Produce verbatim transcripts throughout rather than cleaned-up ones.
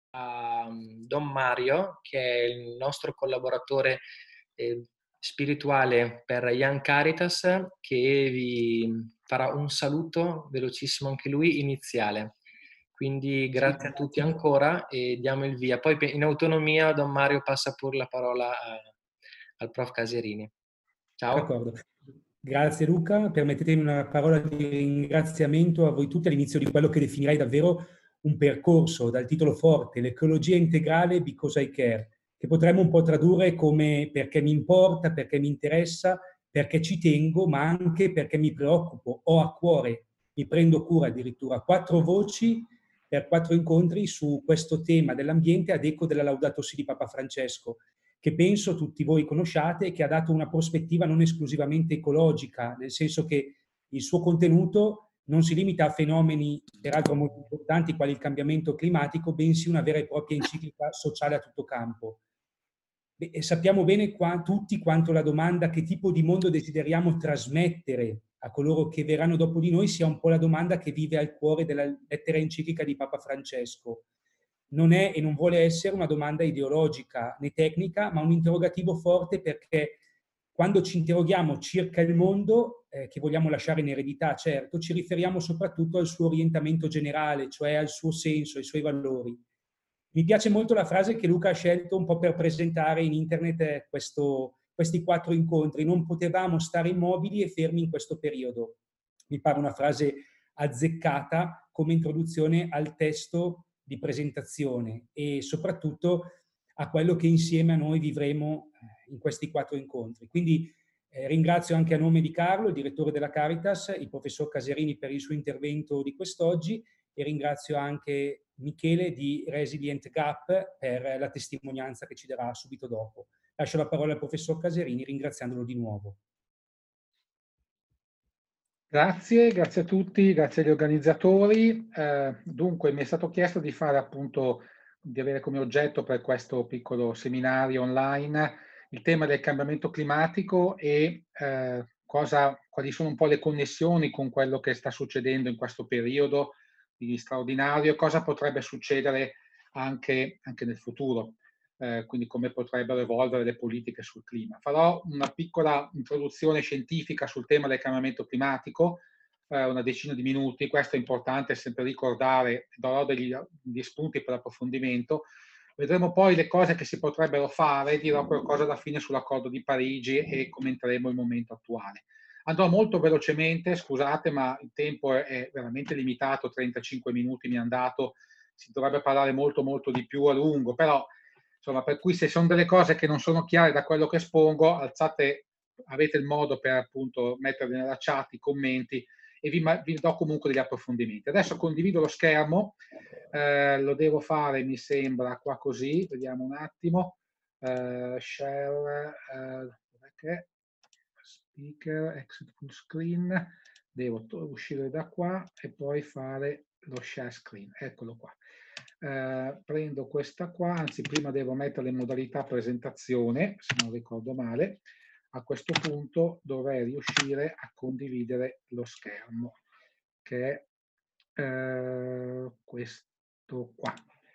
a Don Mario, che è il nostro collaboratore eh, spirituale per Young Caritas, che vi farà un saluto velocissimo anche lui iniziale. Quindi Sì, grazie a tutti ancora e diamo il via. Poi in autonomia Don Mario passa pure la parola a, al prof Caserini. Ciao. d'accordo. Grazie Luca, permettetemi una parola di ringraziamento a voi tutti all'inizio di quello che definirei davvero un percorso dal titolo forte, l'ecologia integrale Because I Care, che potremmo un po' tradurre come perché mi importa, perché mi interessa, perché ci tengo, ma anche perché mi preoccupo, ho a cuore, mi prendo cura addirittura. Quattro voci per quattro incontri su questo tema dell'ambiente ad eco della Laudato Si di Papa Francesco, che penso tutti voi conosciate e che ha dato una prospettiva non esclusivamente ecologica, nel senso che il suo contenuto non si limita a fenomeni peraltro molto importanti quali il cambiamento climatico, bensì una vera e propria enciclica sociale a tutto campo. E sappiamo bene qua, tutti quanto la domanda che tipo di mondo desideriamo trasmettere a coloro che verranno dopo di noi sia un po' la domanda che vive al cuore della lettera enciclica di Papa Francesco. Non è e non vuole essere una domanda ideologica né tecnica, ma un interrogativo forte perché quando ci interroghiamo circa il mondo eh, che vogliamo lasciare in eredità, certo, ci riferiamo soprattutto al suo orientamento generale, cioè al suo senso, ai suoi valori. Mi piace molto la frase che Luca ha scelto un po' per presentare in internet questo, questi quattro incontri. Non potevamo stare immobili e fermi in questo periodo. Mi pare una frase azzeccata come introduzione al testo di presentazione e soprattutto a quello che insieme a noi vivremo in questi quattro incontri. Quindi eh, ringrazio anche a nome di Carlo, il direttore della Caritas, il professor Caserini per il suo intervento di quest'oggi e ringrazio anche Michele di Resilient Gap per la testimonianza che ci darà subito dopo. Lascio la parola al professor Caserini ringraziandolo di nuovo. Grazie, grazie a tutti, grazie agli organizzatori. Eh, dunque, mi è stato chiesto di fare appunto, di avere come oggetto per questo piccolo seminario online il tema del cambiamento climatico e eh, cosa, quali sono un po' le connessioni con quello che sta succedendo in questo periodo di straordinario e cosa potrebbe succedere anche, anche nel futuro. Eh, quindi come potrebbero evolvere le politiche sul clima. Farò una piccola introduzione scientifica sul tema del cambiamento climatico, eh, una decina di minuti, questo è importante sempre ricordare, darò degli, degli spunti per approfondimento. Vedremo poi le cose che si potrebbero fare, dirò qualcosa alla fine sull'accordo di Parigi e commenteremo il momento attuale. Andrò molto velocemente, scusate, ma il tempo è veramente limitato, trentacinque minuti mi hanno dato, si dovrebbe parlare molto molto di più a lungo, però insomma, per cui se sono delle cose che non sono chiare da quello che espongo, alzate, avete il modo per appunto metterle nella chat, i commenti e vi, vi do comunque degli approfondimenti. Adesso condivido lo schermo, eh, lo devo fare, mi sembra, qua così, vediamo un attimo. Uh, share, uh, speaker, exit full screen, devo uscire da qua e poi fare lo share screen, eccolo qua. Uh, prendo questa qua, anzi prima devo metterla in modalità presentazione, se non ricordo male. A questo punto dovrei riuscire a condividere lo schermo, che è uh, questo qua.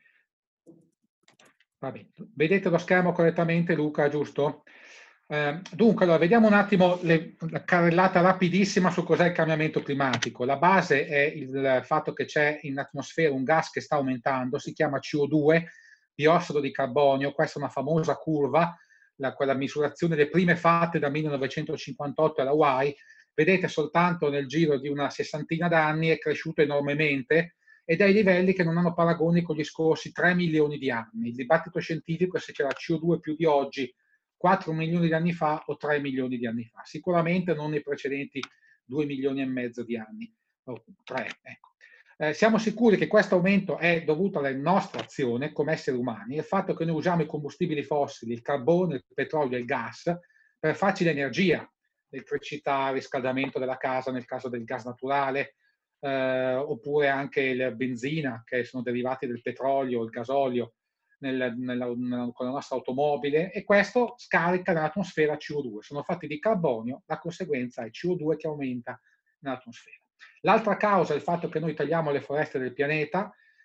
Va bene. Vedete lo schermo correttamente, Luca, giusto? Eh, dunque, allora, vediamo un attimo le, la carrellata rapidissima su cos'è il cambiamento climatico. La base è il fatto che c'è in atmosfera un gas che sta aumentando, si chiama C O due, diossido di carbonio. Questa è una famosa curva, la, quella misurazione le prime fatte dal millenovecentocinquantotto alla Hawaii. Vedete, soltanto nel giro di una sessantina d'anni è cresciuto enormemente ed è ai livelli che non hanno paragoni con gli scorsi tre milioni di anni. Il dibattito scientifico è se c'era C O due più di oggi, quattro milioni di anni fa o tre milioni di anni fa. Sicuramente non nei precedenti due milioni e mezzo di anni, o tre, ecco. Eh, siamo sicuri che questo aumento è dovuto alla nostra azione come esseri umani, il fatto che noi usiamo i combustibili fossili, il carbone, il petrolio e il gas, per farci l'energia, l'elettricità, il riscaldamento della casa nel caso del gas naturale, eh, oppure anche la benzina, che sono derivati del petrolio, il gasolio, nel, nella, nella, con la nostra automobile, e questo scarica nell'atmosfera C O due. Sono fatti di carbonio, la conseguenza è C O due che aumenta nell'atmosfera. L'altra causa è il fatto che noi tagliamo le foreste del pianeta,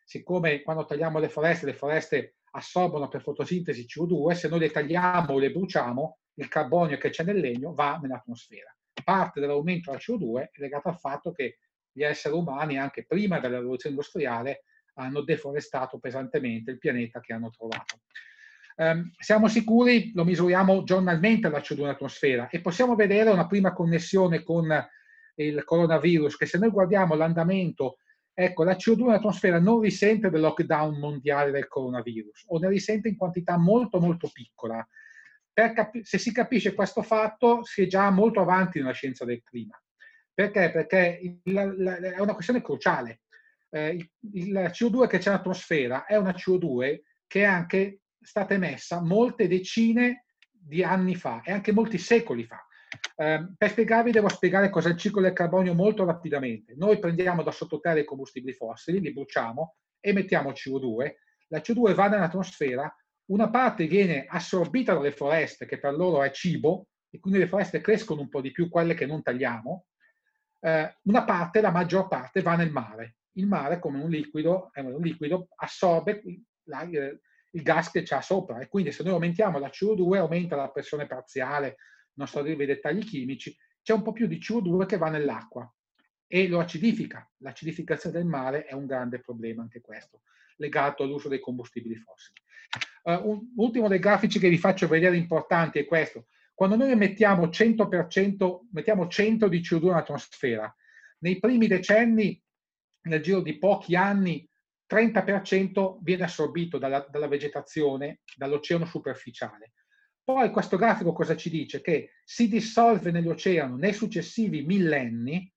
siccome quando tagliamo le foreste, le foreste assorbono per fotosintesi C O due, se noi le tagliamo o le bruciamo, il carbonio che c'è nel legno va nell'atmosfera. Parte dell'aumento della C O due è legata al fatto che gli esseri umani, anche prima della rivoluzione industriale, hanno deforestato pesantemente il pianeta che hanno trovato. Um, siamo sicuri, lo misuriamo giornalmente la C O due in atmosfera e possiamo vedere una prima connessione con il coronavirus, che se noi guardiamo l'andamento, ecco, la C O due in atmosfera non risente del lockdown mondiale del coronavirus, o ne risente in quantità molto molto piccola. Per capi- se si capisce questo fatto, si è già molto avanti nella scienza del clima. Perché? Perché il, la, è una questione cruciale. Eh, il, il C O due che c'è in atmosfera è una C O due che è anche stata emessa molte decine di anni fa e anche molti secoli fa. Eh, per spiegarvi devo spiegare cos'è il ciclo del carbonio molto rapidamente. Noi prendiamo da sottoterra i combustibili fossili, li bruciamo, emettiamo C O due, la C O due va nell'atmosfera, una parte viene assorbita dalle foreste, che per loro è cibo, e quindi le foreste crescono un po' di più, quelle che non tagliamo, eh, una parte, la maggior parte, va nel mare. Il mare, come un liquido, è un liquido, assorbe la, il gas che c'ha sopra, e quindi se noi aumentiamo la C O due aumenta la pressione parziale, non sto a dirvi i dettagli chimici, c'è un po' più di C O due che va nell'acqua e lo acidifica. L'acidificazione del mare è un grande problema anche questo, legato all'uso dei combustibili fossili. Uh, un ultimo dei grafici che vi faccio vedere importanti è questo. Quando noi emettiamo cento per cento, mettiamo cento di C O due nell'atmosfera, nei primi decenni, nel giro di pochi anni, trenta per cento viene assorbito dalla, dalla vegetazione, dall'oceano superficiale. Poi questo grafico cosa ci dice? Che si dissolve nell'oceano nei successivi millenni,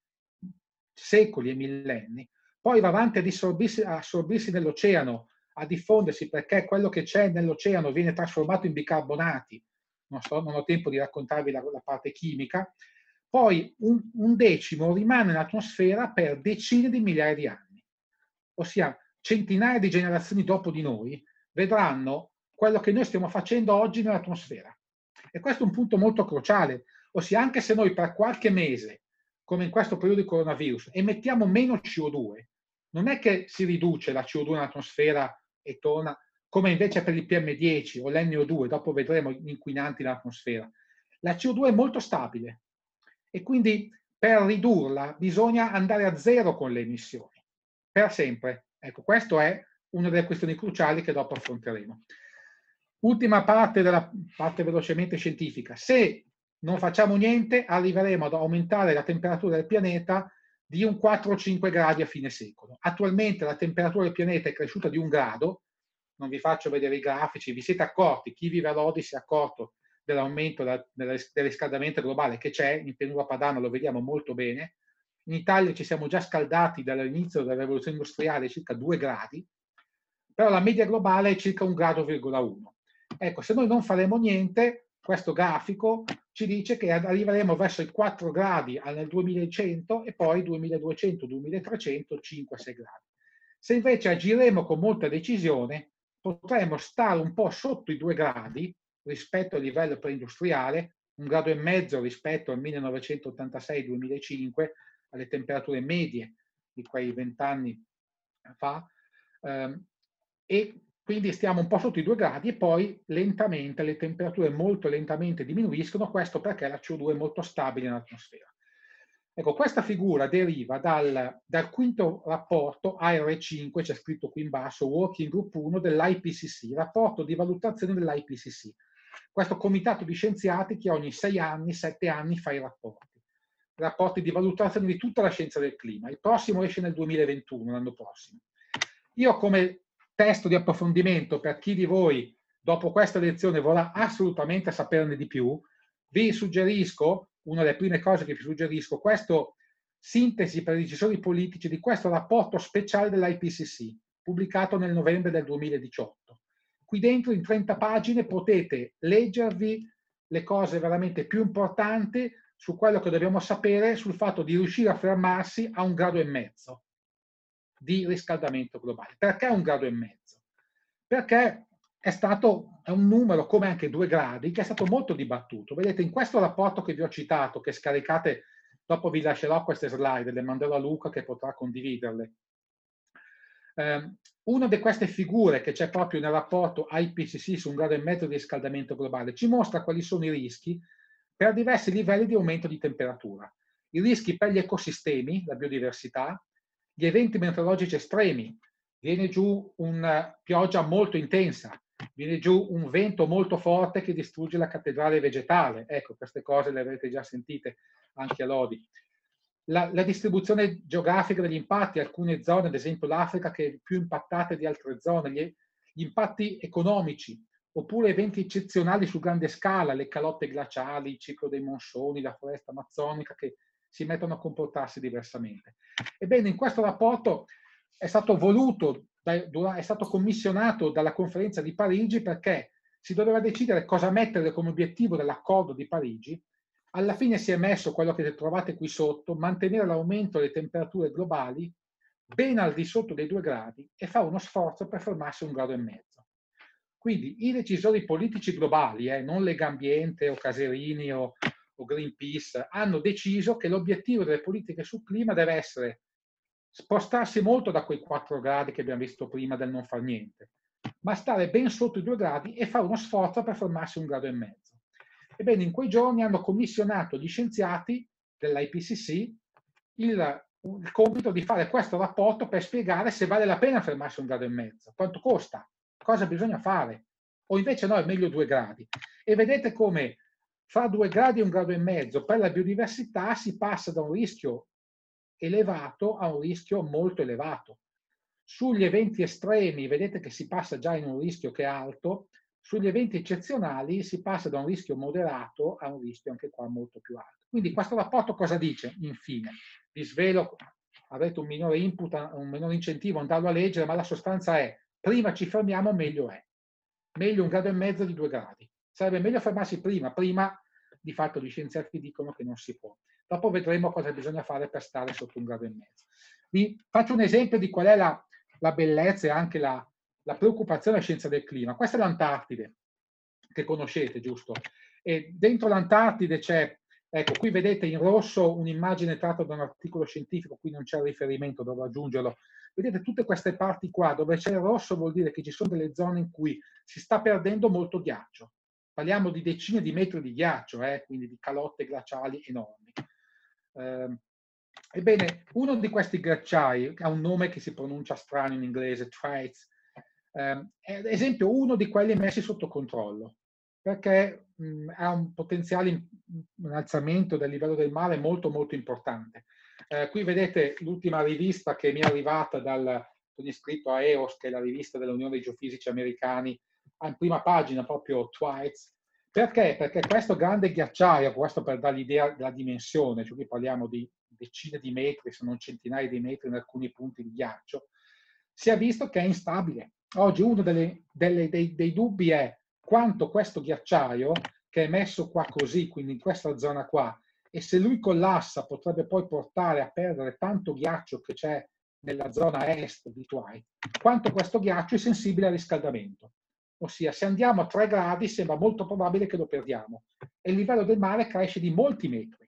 secoli e millenni, poi va avanti a dissorbirsi, a assorbirsi nell'oceano, a diffondersi, perché quello che c'è nell'oceano viene trasformato in bicarbonati. Non, so, non ho tempo di raccontarvi la, la parte chimica. Poi un, un decimo rimane nell'atmosfera per decine di migliaia di anni. Ossia, centinaia di generazioni dopo di noi vedranno quello che noi stiamo facendo oggi nell'atmosfera. E questo è un punto molto cruciale. Ossia, anche se noi per qualche mese, come in questo periodo di coronavirus, emettiamo meno C O due, non è che si riduce la C O due nell'atmosfera e torna, come invece per il P M dieci o l'N O due, dopo vedremo gli inquinanti nell'atmosfera. La C O due è molto stabile e quindi per ridurla bisogna andare a zero con le emissioni, per sempre. Ecco, questa è una delle questioni cruciali che dopo affronteremo. Ultima parte della parte velocemente scientifica. Se non facciamo niente, arriveremo ad aumentare la temperatura del pianeta di un quattro o cinque gradi a fine secolo. Attualmente la temperatura del pianeta è cresciuta di un grado, non vi faccio vedere i grafici, vi siete accorti, chi vive a Lodi si è accorto dell'aumento del riscaldamento globale che c'è, in pianura padana lo vediamo molto bene. In Italia ci siamo già scaldati dall'inizio della rivoluzione industriale circa due gradi, però la media globale è circa un grado virgola uno. Ecco, se noi non faremo niente, questo grafico ci dice che arriveremo verso i quattro gradi nel duemilacento e poi duemiladuecento, duemilatrecento, cinque sei gradi. Se invece agiremo con molta decisione, potremo stare un po' sotto i due gradi rispetto al livello preindustriale, un grado e mezzo rispetto al millenovecentottantasei duemilacinque, alle temperature medie di quei vent'anni fa, ehm, e quindi stiamo un po' sotto i due gradi e poi lentamente le temperature molto lentamente diminuiscono, questo perché la C O due è molto stabile nell'atmosfera. Ecco, questa figura deriva dal, dal quinto rapporto A R cinque, c'è scritto qui in basso, Working Group uno dell'I P C C, rapporto di valutazione dell'I P C C. Questo comitato di scienziati che ogni sei anni, sette anni fa i rapporti. Rapporti di valutazione di tutta la scienza del clima. Il prossimo esce nel duemilaventuno, l'anno prossimo. Io come testo di approfondimento per chi di voi dopo questa lezione vorrà assolutamente saperne di più, vi suggerisco, una delle prime cose che vi suggerisco, questo sintesi per i decisori politici di questo rapporto speciale dell'I P C C, pubblicato nel novembre del duemiladiciotto. Qui dentro in trenta pagine potete leggervi le cose veramente più importanti su quello che dobbiamo sapere sul fatto di riuscire a fermarsi a un grado e mezzo di riscaldamento globale. Perché un grado e mezzo? Perché è stato è un numero, come anche due gradi, che è stato molto dibattuto. Vedete, in questo rapporto che vi ho citato, che scaricate, dopo vi lascerò queste slide, le manderò a Luca che potrà condividerle. Eh, una di queste figure che c'è proprio nel rapporto I P C C su un grado e mezzo di riscaldamento globale ci mostra quali sono i rischi per diversi livelli di aumento di temperatura. I rischi per gli ecosistemi, la biodiversità, gli eventi meteorologici estremi, viene giù una pioggia molto intensa, viene giù un vento molto forte che distrugge la cattedrale vegetale. Ecco, queste cose le avete già sentite anche a Lodi. La, la distribuzione geografica degli impatti, alcune zone, ad esempio l'Africa, che è più impattata di altre zone, gli, gli impatti economici, oppure eventi eccezionali su grande scala, le calotte glaciali, il ciclo dei monsoni, la foresta amazzonica, che si mettono a comportarsi diversamente. Ebbene, in questo rapporto è stato voluto, è stato commissionato dalla conferenza di Parigi perché si doveva decidere cosa mettere come obiettivo dell'accordo di Parigi. Alla fine si è messo quello che trovate qui sotto, mantenere l'aumento delle temperature globali ben al di sotto dei due gradi e fare uno sforzo per fermarsi a un grado e mezzo. Quindi i decisori politici globali, eh, non Legambiente o Caserini o, o Greenpeace, hanno deciso che l'obiettivo delle politiche sul clima deve essere spostarsi molto da quei quattro gradi che abbiamo visto prima del non far niente, ma stare ben sotto i due gradi e fare uno sforzo per fermarsi a un grado e mezzo. Ebbene, in quei giorni hanno commissionato gli scienziati dell'I P C C il, il compito di fare questo rapporto per spiegare se vale la pena fermarsi a un grado e mezzo, quanto costa, cosa bisogna fare, o invece no, è meglio due gradi. E vedete come fra due gradi e un grado e mezzo per la biodiversità si passa da un rischio elevato a un rischio molto elevato. Sugli eventi estremi vedete che si passa già in un rischio che è alto, sugli eventi eccezionali si passa da un rischio moderato a un rischio anche qua molto più alto. Quindi questo rapporto cosa dice? Infine, vi svelo, avrete un minore input, un minore incentivo a andarlo a leggere, ma la sostanza è: prima ci fermiamo, meglio è. Meglio un grado e mezzo di due gradi. Sarebbe meglio fermarsi prima, prima di fatto gli scienziati dicono che non si può. Dopo vedremo cosa bisogna fare per stare sotto un grado e mezzo. Vi faccio un esempio di qual è la, la bellezza e anche la, la preoccupazione della scienza del clima. Questa è l'Antartide, che conoscete, giusto? E dentro l'Antartide c'è, ecco, qui vedete in rosso un'immagine tratta da un articolo scientifico, qui non c'è il riferimento, dovrò aggiungerlo. Vedete tutte queste parti qua, dove c'è il rosso vuol dire che ci sono delle zone in cui si sta perdendo molto ghiaccio. Parliamo di decine di metri di ghiaccio, eh, quindi di calotte glaciali enormi. Eh, ebbene, uno di questi ghiacciai, ha un nome che si pronuncia strano in inglese, Thwaites, eh, è ad esempio uno di quelli messi sotto controllo, perché mh, ha un potenziale innalzamento del livello del mare molto molto importante. Eh, qui vedete l'ultima rivista che mi è arrivata dal, sono iscritto a E O S, che è la rivista dell'Unione dei Geofisici Americani, ha in prima pagina proprio Thwaites. Perché? Perché questo grande ghiacciaio, questo per dare l'idea della dimensione, cioè qui parliamo di decine di metri, se non centinaia di metri in alcuni punti di ghiaccio, si è visto che è instabile. Oggi uno delle, delle, dei, dei dubbi è quanto questo ghiacciaio, che è messo qua così, quindi in questa zona qua, e se lui collassa potrebbe poi portare a perdere tanto ghiaccio che c'è nella zona est di Thwaites, quanto questo ghiaccio è sensibile al riscaldamento. Ossia, se andiamo a tre gradi sembra molto probabile che lo perdiamo e il livello del mare cresce di molti metri.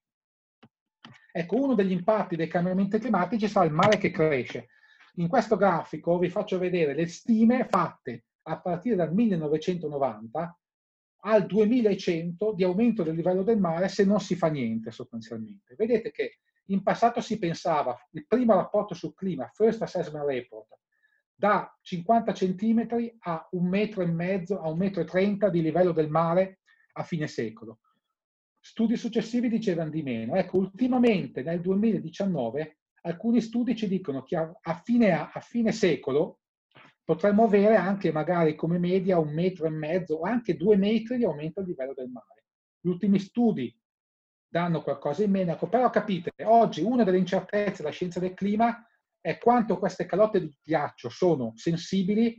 Ecco, uno degli impatti dei cambiamenti climatici sarà il mare che cresce. In questo grafico vi faccio vedere le stime fatte a partire dal millenovecentonovanta al duemilacento di aumento del livello del mare se non si fa niente sostanzialmente. Vedete che in passato si pensava, il primo rapporto sul clima, First Assessment Report, da cinquanta centimetri a un metro e mezzo, a un metro e trenta di livello del mare a fine secolo. Studi successivi dicevano di meno. Ecco, ultimamente nel duemiladiciannove alcuni studi ci dicono che a, a, fine, a fine secolo potremmo avere anche magari come media un metro e mezzo o anche due metri di aumento del livello del mare. Gli ultimi studi danno qualcosa in meno. Ecco, però capite, oggi una delle incertezze della scienza del clima è quanto queste calotte di ghiaccio sono sensibili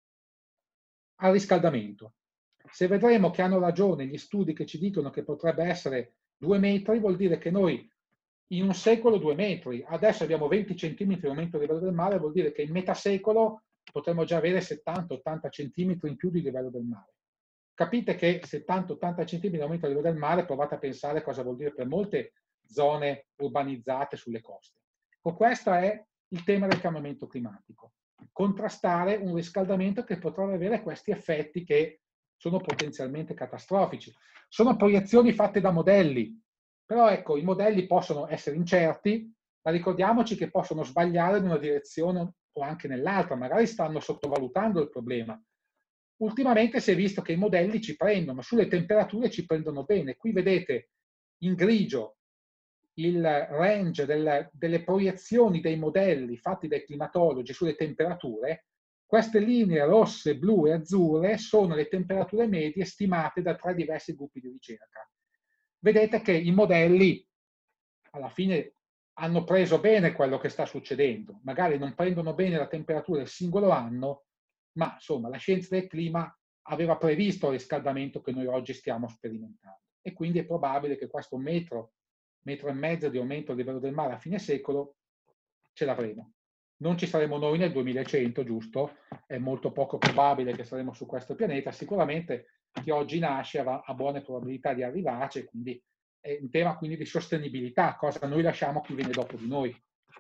al riscaldamento. Se vedremo che hanno ragione gli studi che ci dicono che potrebbe essere due metri, vuol dire che noi in un secolo due metri, adesso abbiamo venti centimetri di aumento del livello del mare, vuol dire che in metà secolo potremmo già avere settanta ottanta centimetri in più di livello del mare. Capite che settanta ottanta centimetri di aumento del livello del mare, provate a pensare cosa vuol dire per molte zone urbanizzate sulle coste. Ecco, questo è il tema del cambiamento climatico. contrastare un riscaldamento che potrebbe avere questi effetti che sono potenzialmente catastrofici. Sono proiezioni fatte da modelli, però ecco, i modelli possono essere incerti, ma ricordiamoci che possono sbagliare in una direzione o anche nell'altra, magari stanno sottovalutando il problema. Ultimamente si è visto che i modelli ci prendono, sulle temperature ci prendono bene. Qui vedete in grigio il range del, delle proiezioni dei modelli fatti dai climatologi sulle temperature. Queste linee rosse, blu e azzurre sono le temperature medie stimate da tre diversi gruppi di ricerca. Vedete che i modelli alla fine hanno preso bene quello che sta succedendo, magari non prendono bene la temperatura del singolo anno, ma insomma la scienza del clima aveva previsto il riscaldamento che noi oggi stiamo sperimentando e quindi è probabile che questo metro, metro e mezzo di aumento del livello del mare a fine secolo ce l'avremo. Non ci saremo noi nel duemilacento, giusto? È molto poco probabile che saremo su questo pianeta. Sicuramente chi oggi nasce ha buone probabilità di arrivarci, quindi è un tema quindi di sostenibilità, cosa noi lasciamo a chi viene dopo di noi.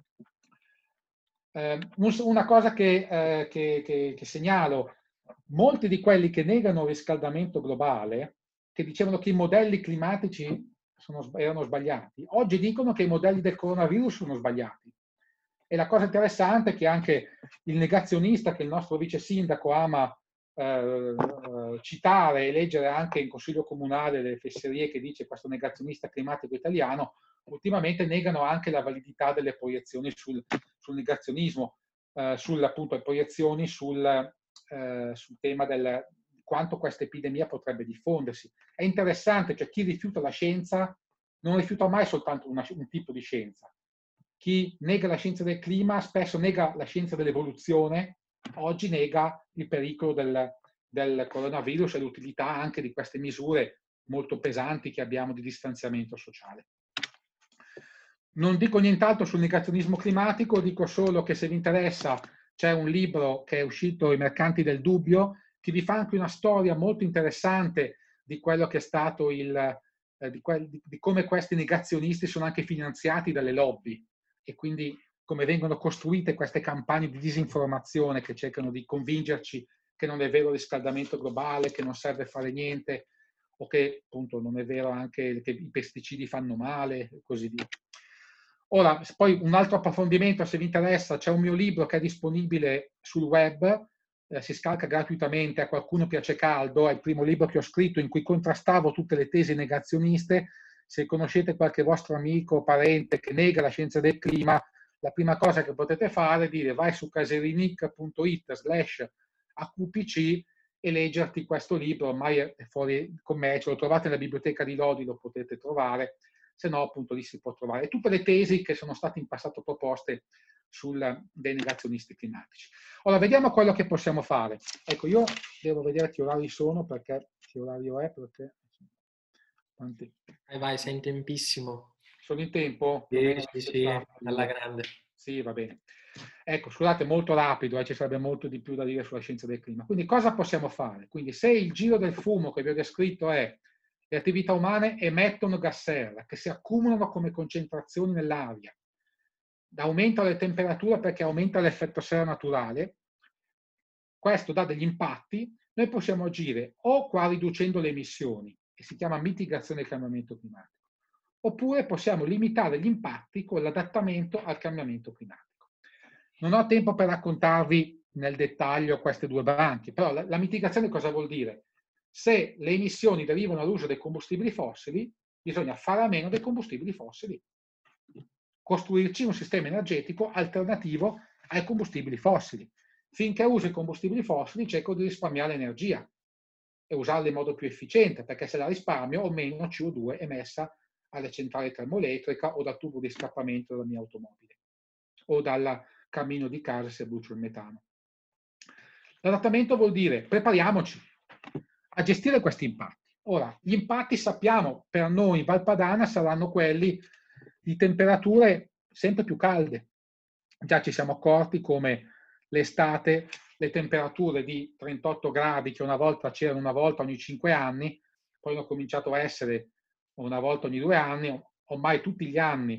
Eh, una cosa che, eh, che, che, che segnalo, molti di quelli che negano il riscaldamento globale, che dicevano che i modelli climatici sono, erano sbagliati, oggi dicono che i modelli del coronavirus sono sbagliati. E la cosa interessante è che anche il negazionista, che il nostro vice sindaco ama eh, citare e leggere anche in consiglio comunale le fesserie che dice questo negazionista climatico italiano, ultimamente negano anche la validità delle proiezioni sul, sul negazionismo, eh, sulle appunto proiezioni sul, eh, sul tema del quanto questa epidemia potrebbe diffondersi. È interessante, cioè chi rifiuta la scienza non rifiuta mai soltanto una, un tipo di scienza. Chi nega la scienza del clima spesso nega la scienza dell'evoluzione, oggi nega il pericolo del, del coronavirus e l'utilità anche di queste misure molto pesanti che abbiamo di distanziamento sociale. Non dico nient'altro sul negazionismo climatico, dico solo che se vi interessa c'è un libro che è uscito, I mercanti del dubbio, che vi fa anche una storia molto interessante di quello che è stato il, eh, di, quel, di, di come questi negazionisti sono anche finanziati dalle lobby e quindi come vengono costruite queste campagne di disinformazione che cercano di convincerci che non è vero il riscaldamento globale, che non serve fare niente, o che appunto non è vero anche che i pesticidi fanno male e così via. Ora, poi un altro approfondimento, se vi interessa, c'è un mio libro che è disponibile sul web, eh, si scarica gratuitamente, a qualcuno piace caldo, è il primo libro che ho scritto in cui contrastavo tutte le tesi negazioniste. Se conoscete qualche vostro amico o parente che nega la scienza del clima, la prima cosa che potete fare è dire vai su caserinic punto it slash A Q P C e leggerti questo libro, ormai è fuori commercio, lo trovate nella biblioteca di Lodi, lo potete trovare, se no appunto lì si può trovare. E tutte le tesi che sono state in passato proposte sul, dei negazionisti climatici. Ora vediamo quello che possiamo fare. Ecco, io devo vedere che orari sono, perché che orario è, perché... Quanti... Vai, vai, sei in tempissimo. Sono in tempo? Sì, sì, sì, alla grande. Sì, va bene. Ecco, scusate, molto rapido, eh, ci sarebbe molto di più da dire sulla scienza del clima. Quindi cosa possiamo fare? Quindi se il giro del fumo che vi ho descritto è le attività umane emettono gas serra che si accumulano come concentrazioni nell'aria, aumenta le temperature perché aumenta l'effetto serra naturale, questo dà degli impatti, noi possiamo agire o qua riducendo le emissioni, che si chiama mitigazione del cambiamento climatico, oppure possiamo limitare gli impatti con l'adattamento al cambiamento climatico. Non ho tempo per raccontarvi nel dettaglio queste due branche, però la, la mitigazione cosa vuol dire? Se le emissioni derivano dall'uso dei combustibili fossili, bisogna fare a meno dei combustibili fossili. Costruirci un sistema energetico alternativo ai combustibili fossili. Finché uso i combustibili fossili cerco di risparmiare energia e usarla in modo più efficiente, perché se la risparmio ho meno C O due emessa alle centrali termoelettrica o dal tubo di scappamento della mia automobile o dal camino di casa se brucio il metano. L'adattamento vuol dire prepariamoci a gestire questi impatti. Ora, gli impatti sappiamo per noi in Val Padana saranno quelli di temperature sempre più calde. Già ci siamo accorti come l'estate le temperature di trentotto gradi che una volta c'erano una volta ogni cinque anni, poi hanno cominciato a essere una volta ogni due anni, ormai tutti gli anni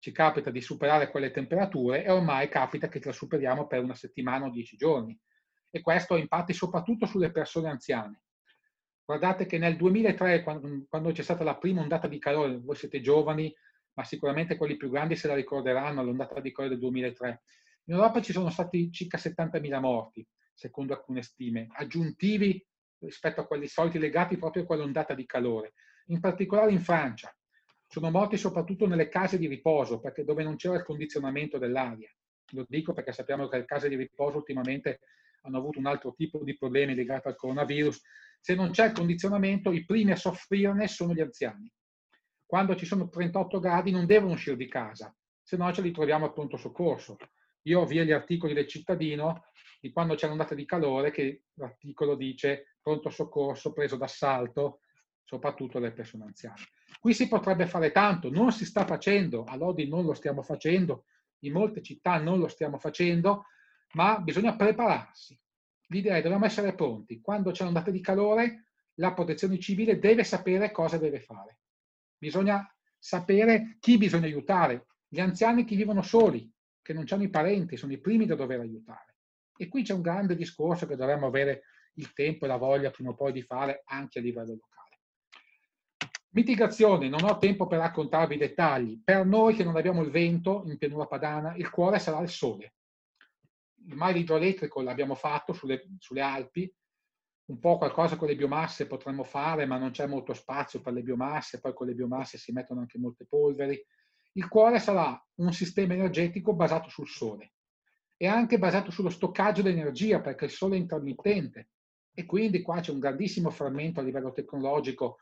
ci capita di superare quelle temperature e ormai capita che la superiamo per una settimana o dieci giorni. E questo ha impatti soprattutto sulle persone anziane. Guardate che nel duemilatré, quando, quando c'è stata la prima ondata di calore, voi siete giovani, ma sicuramente quelli più grandi se la ricorderanno, l'ondata di calore del duemilatré. In Europa ci sono stati circa settantamila morti, secondo alcune stime, aggiuntivi rispetto a quelli soliti legati proprio a quell'ondata di calore. In particolare in Francia. Sono morti soprattutto nelle case di riposo, perché dove non c'era il condizionamento dell'aria. Lo dico perché sappiamo che le case di riposo ultimamente hanno avuto un altro tipo di problemi legati al coronavirus. Se non c'è il condizionamento, i primi a soffrirne sono gli anziani. Quando ci sono trentotto gradi non devono uscire di casa, se no ce li troviamo al pronto soccorso. Io ho via gli articoli del Cittadino di quando c'è un'ondata di calore, che l'articolo dice pronto soccorso preso d'assalto, soprattutto le persone anziane. Qui si potrebbe fare tanto, non si sta facendo, a Lodi non lo stiamo facendo, in molte città non lo stiamo facendo, ma bisogna prepararsi. L'idea è che dobbiamo essere pronti. Quando c'è un'ondata di calore, la protezione civile deve sapere cosa deve fare. Bisogna sapere chi bisogna aiutare. Gli anziani che vivono soli, che non hanno i parenti, sono i primi da dover aiutare. E qui c'è un grande discorso che dovremmo avere il tempo e la voglia prima o poi di fare anche a livello locale. Mitigazione, non ho tempo per raccontarvi i dettagli. Per noi che non abbiamo il vento in pianura padana, il cuore sarà il sole. Il mare idroelettrico l'abbiamo fatto sulle, sulle Alpi, un po' qualcosa con le biomasse potremmo fare, ma non c'è molto spazio per le biomasse, poi con le biomasse si mettono anche molte polveri. Il cuore sarà un sistema energetico basato sul sole e anche basato sullo stoccaggio di energia, perché il sole è intermittente e quindi qua c'è un grandissimo frammento a livello tecnologico.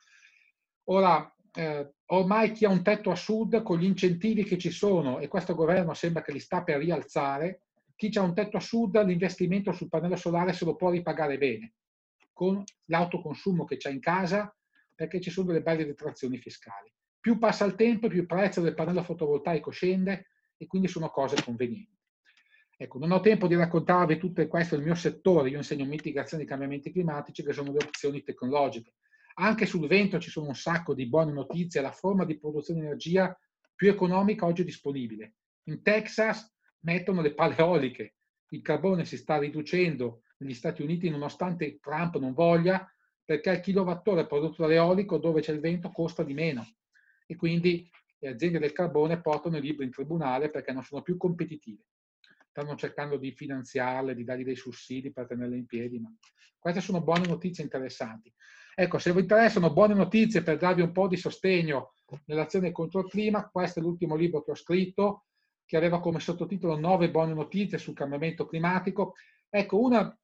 Ora, eh, ormai chi ha un tetto a sud, con gli incentivi che ci sono, e questo governo sembra che li sta per rialzare, chi ha un tetto a sud, l'investimento sul pannello solare se lo può ripagare bene, con l'autoconsumo che c'è in casa, perché ci sono delle belle detrazioni fiscali. Più passa il tempo, più il prezzo del pannello fotovoltaico scende e quindi sono cose convenienti. Ecco, non ho tempo di raccontarvi tutto questo, il mio settore, io insegno mitigazione dei cambiamenti climatici, che sono le opzioni tecnologiche. Anche sul vento ci sono un sacco di buone notizie, la forma di produzione di energia più economica oggi disponibile. In Texas mettono le pale eoliche, il carbone si sta riducendo negli Stati Uniti nonostante Trump non voglia, perché il kilowattora prodotto dall'eolico dove c'è il vento costa di meno e quindi le aziende del carbone portano i libri in tribunale perché non sono più competitive. Stanno cercando di finanziarle, di dargli dei sussidi per tenerle in piedi, ma queste sono buone notizie interessanti. Ecco, se vi interessano buone notizie per darvi un po' di sostegno nell'azione contro il clima, questo è l'ultimo libro che ho scritto, che aveva come sottotitolo nove buone notizie sul cambiamento climatico. Ecco, una,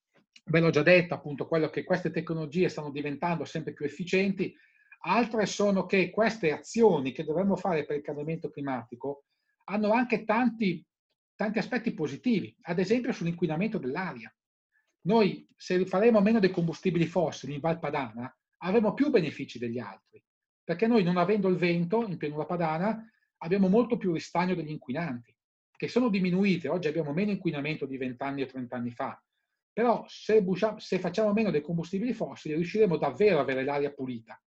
ve l'ho già detto, appunto, quello che queste tecnologie stanno diventando sempre più efficienti, altre sono che queste azioni che dovremmo fare per il cambiamento climatico hanno anche tanti, tanti aspetti positivi, ad esempio sull'inquinamento dell'aria. Noi, se faremo meno dei combustibili fossili in Val Padana, avremo più benefici degli altri, perché noi, non avendo il vento in pianura padana, abbiamo molto più ristagno degli inquinanti, che sono diminuiti. Oggi abbiamo meno inquinamento di vent'anni o trent'anni fa, però se, se facciamo meno dei combustibili fossili riusciremo davvero ad avere l'aria pulita.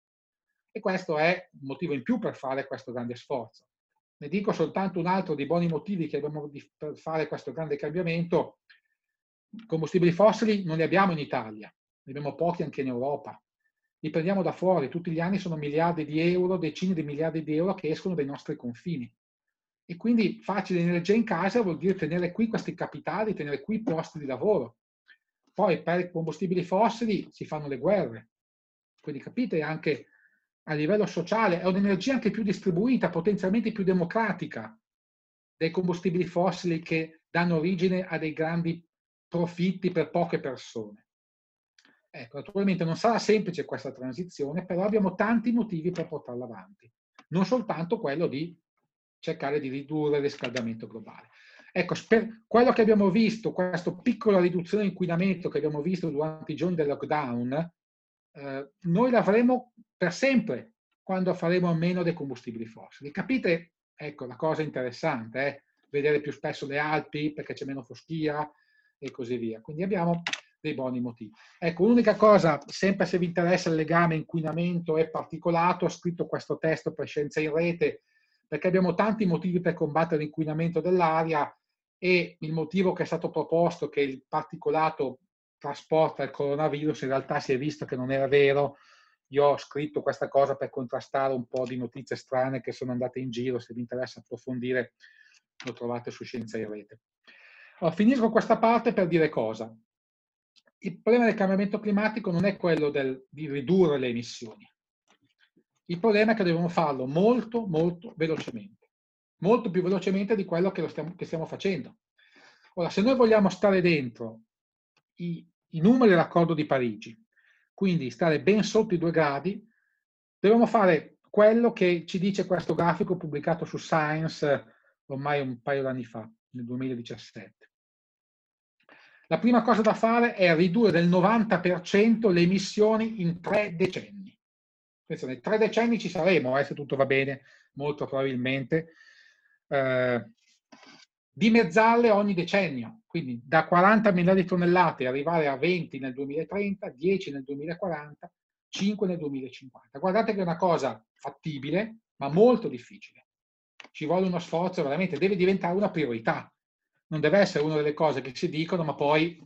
E questo è un motivo in più per fare questo grande sforzo. Ne dico soltanto un altro dei buoni motivi che abbiamo per fare questo grande cambiamento. Combustibili fossili non li abbiamo in Italia, ne abbiamo pochi anche in Europa. Li prendiamo da fuori, tutti gli anni sono miliardi di euro, decine di miliardi di euro che escono dai nostri confini. E quindi farci l'energia in casa vuol dire tenere qui questi capitali, tenere qui posti di lavoro. Poi per i combustibili fossili si fanno le guerre. Quindi capite, anche a livello sociale è un'energia anche più distribuita, potenzialmente più democratica dei combustibili fossili che danno origine a dei grandi profitti per poche persone. Ecco, naturalmente non sarà semplice questa transizione, però abbiamo tanti motivi per portarla avanti, non soltanto quello di cercare di ridurre il riscaldamento globale. Ecco, per quello che abbiamo visto, questa piccola riduzione di inquinamento che abbiamo visto durante i giorni del lockdown, eh, noi l'avremo per sempre quando faremo meno dei combustibili fossili. Capite? Ecco, la cosa interessante, eh? Vedere più spesso le Alpi perché c'è meno foschia e così via. Quindi abbiamo dei buoni motivi. Ecco, l'unica cosa, sempre se vi interessa il legame inquinamento e particolato, ho scritto questo testo per Scienza in Rete perché abbiamo tanti motivi per combattere l'inquinamento dell'aria e il motivo che è stato proposto, che il particolato trasporta il coronavirus, in realtà si è visto che non era vero. Io ho scritto questa cosa per contrastare un po' di notizie strane che sono andate in giro. Se vi interessa approfondire lo trovate su Scienza in Rete. Allora, finisco questa parte per dire cosa. Il problema del cambiamento climatico non è quello del, di ridurre le emissioni. Il problema è che dobbiamo farlo molto, molto velocemente. Molto più velocemente di quello che, lo stiamo, che stiamo facendo. Ora, se noi vogliamo stare dentro i, i numeri dell'accordo di Parigi, quindi stare ben sotto i due gradi, dobbiamo fare quello che ci dice questo grafico pubblicato su Science ormai un paio d'anni fa, nel duemiladiciassette. La prima cosa da fare è ridurre del novanta per cento le emissioni in tre decenni. Attenzione, tre decenni ci saremo, eh, se tutto va bene, molto probabilmente. Eh, dimezzarle ogni decennio, quindi da quaranta miliardi di tonnellate arrivare a venti nel duemilatrenta, dieci nel duemilaquaranta, cinque nel duemilacinquanta. Guardate che è una cosa fattibile, ma molto difficile. Ci vuole uno sforzo veramente, deve diventare una priorità. Non deve essere una delle cose che si dicono, ma poi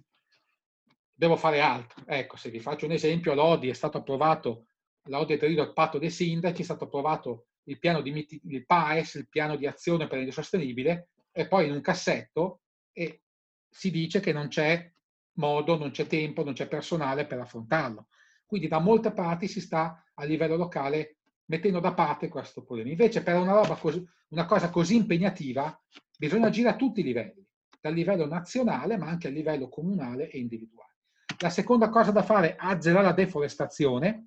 devo fare altro. Ecco, se vi faccio un esempio, l'O D I è stato approvato, l'O D I è aderito al patto dei sindaci, è stato approvato il piano di il P A E S, il piano di azione per il sostenibile, e poi in un cassetto e si dice che non c'è modo, non c'è tempo, non c'è personale per affrontarlo. Quindi da molte parti si sta a livello locale mettendo da parte questo problema. Invece per una, roba così, una cosa così impegnativa bisogna agire a tutti i livelli, dal livello nazionale ma anche a livello comunale e individuale. La seconda cosa da fare è azzerare la deforestazione.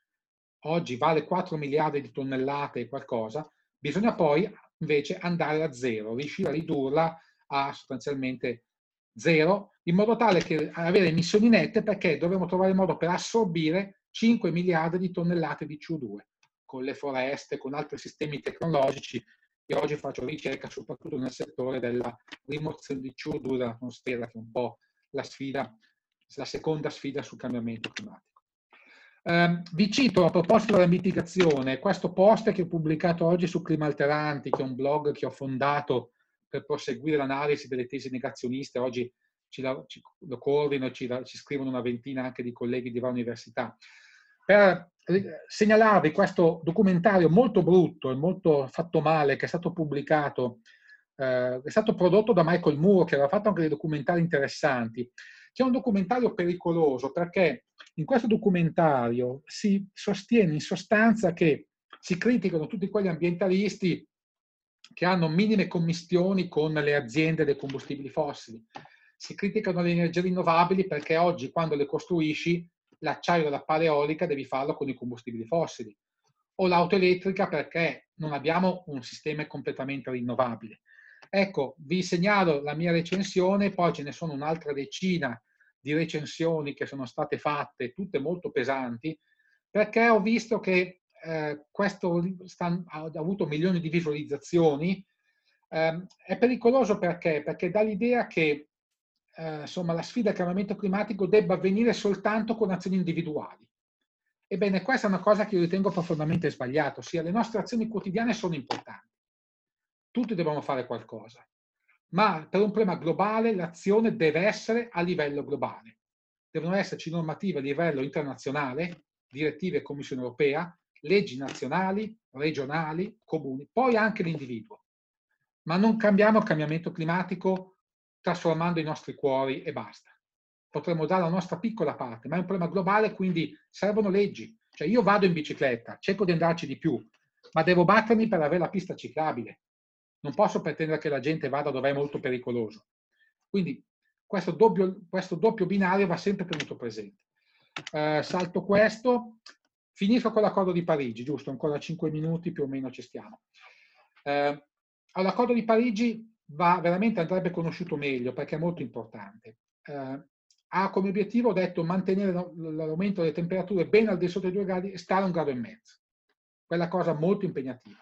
Oggi vale quattro miliardi di tonnellate e qualcosa, bisogna poi invece andare a zero, riuscire a ridurla a sostanzialmente zero, in modo tale che avere emissioni nette, perché dovremo trovare il modo per assorbire cinque miliardi di tonnellate di C O due, con le foreste, con altri sistemi tecnologici. Io oggi faccio ricerca soprattutto nel settore della rimozione di C O due dall'atmosfera, che è un po' la sfida, la seconda sfida sul cambiamento climatico. Eh, vi cito a proposito della mitigazione questo post che ho pubblicato oggi su Clima Alteranti, che è un blog che ho fondato per proseguire l'analisi delle tesi negazioniste. Oggi ci, ci, lo coordino e ci, ci scrivono una ventina anche di colleghi di varie università. Per segnalarvi questo documentario molto brutto e molto fatto male che è stato pubblicato, eh, è stato prodotto da Michael Moore, che aveva fatto anche dei documentari interessanti, che è un documentario pericoloso perché in questo documentario si sostiene in sostanza che si criticano tutti quegli ambientalisti che hanno minime commistioni con le aziende dei combustibili fossili. Si criticano le energie rinnovabili perché oggi quando le costruisci l'acciaio della pala eolica devi farlo con i combustibili fossili. O l'auto elettrica perché non abbiamo un sistema completamente rinnovabile. Ecco, vi segnalo la mia recensione, poi ce ne sono un'altra decina di recensioni che sono state fatte, tutte molto pesanti, perché ho visto che eh, questo sta, ha avuto milioni di visualizzazioni. Eh, è pericoloso perché? Perché dà l'idea che eh, insomma, la sfida al cambiamento climatico debba avvenire soltanto con azioni individuali. Ebbene, questa è una cosa che io ritengo profondamente sbagliata, ossia le nostre azioni quotidiane sono importanti. Tutti dobbiamo fare qualcosa. Ma per un problema globale l'azione deve essere a livello globale. Devono esserci normative a livello internazionale, direttive Commissione Europea, leggi nazionali, regionali, comuni, poi anche l'individuo. Ma non cambiamo il cambiamento climatico trasformando i nostri cuori e basta. Potremmo dare la nostra piccola parte, ma è un problema globale, quindi servono leggi. Cioè io vado in bicicletta, cerco di andarci di più, ma devo battermi per avere la pista ciclabile. Non posso pretendere che la gente vada dove è molto pericoloso. Quindi questo doppio, questo doppio binario va sempre tenuto presente. Eh, salto questo, finisco con l'accordo di Parigi, giusto? Ancora cinque minuti più o meno ci stiamo. Eh, l'accordo di Parigi va veramente, andrebbe conosciuto meglio perché è molto importante. Eh, ha come obiettivo, ho detto, mantenere l'aumento delle temperature ben al di sotto dei due gradi e stare a un grado e mezzo. Quella cosa molto impegnativa.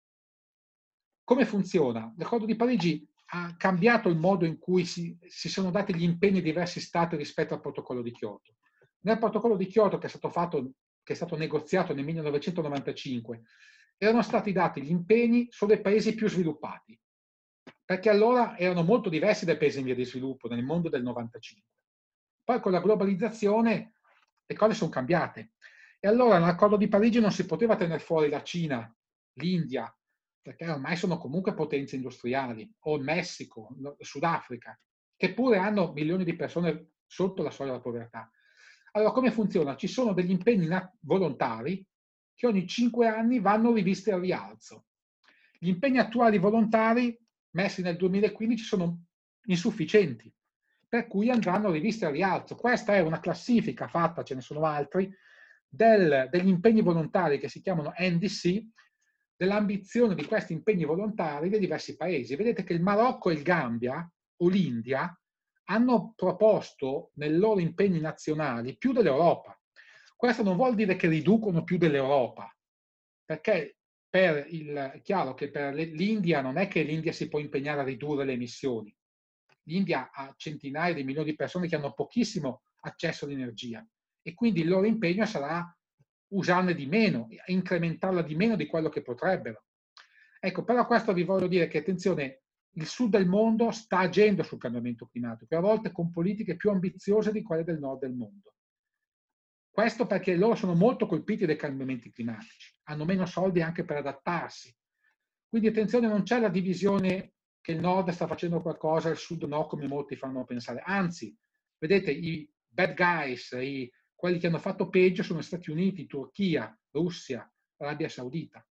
Come funziona? L'accordo di Parigi ha cambiato il modo in cui si, si sono dati gli impegni ai diversi stati rispetto al protocollo di Kyoto. Nel protocollo di Kyoto, che è stato fatto, che è stato negoziato nel millenovecentonovantacinque, erano stati dati gli impegni solo ai paesi più sviluppati, perché allora erano molto diversi dai paesi in via di sviluppo nel mondo del novantacinque. Poi con la globalizzazione le cose sono cambiate e allora nell'accordo di Parigi non si poteva tenere fuori la Cina, l'India, perché ormai sono comunque potenze industriali, o il Messico, il Sudafrica, che pure hanno milioni di persone sotto la soglia della povertà. Allora come funziona? Ci sono degli impegni volontari che ogni cinque anni vanno rivisti al rialzo. Gli impegni attuali volontari messi nel duemilaquindici sono insufficienti, per cui andranno rivisti al rialzo. Questa è una classifica fatta, ce ne sono altri, del, degli impegni volontari che si chiamano N D C, dell'ambizione di questi impegni volontari dei diversi paesi. Vedete che il Marocco e il Gambia o l'India hanno proposto nei loro impegni nazionali più dell'Europa. Questo non vuol dire che riducono più dell'Europa, perché per il, è chiaro che per l'India non è che l'India si può impegnare a ridurre le emissioni. L'India ha centinaia di milioni di persone che hanno pochissimo accesso all'energia e quindi il loro impegno sarà usarne di meno, incrementarla di meno di quello che potrebbero. Ecco, però questo vi voglio dire che, attenzione, il sud del mondo sta agendo sul cambiamento climatico, a volte con politiche più ambiziose di quelle del nord del mondo. Questo perché loro sono molto colpiti dai cambiamenti climatici, hanno meno soldi anche per adattarsi. Quindi attenzione, non c'è la divisione che il nord sta facendo qualcosa, il sud no, come molti fanno pensare. Anzi, vedete, i bad guys, i, quelli che hanno fatto peggio sono Stati Uniti, Turchia, Russia, Arabia Saudita.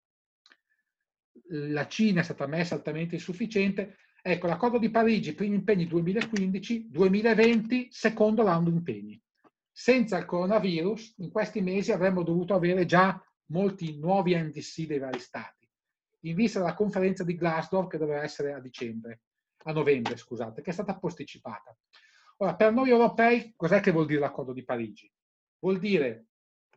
La Cina è stata messa altamente insufficiente. Ecco, l'accordo di Parigi, primi impegni duemilaquindici, duemilaventi, secondo round di impegni. Senza il coronavirus, in questi mesi avremmo dovuto avere già molti nuovi N D C dei vari stati, in vista della conferenza di Glasgow che doveva essere a dicembre, a novembre, scusate, che è stata posticipata. Ora, per noi europei, cos'è che vuol dire l'accordo di Parigi? Vuol dire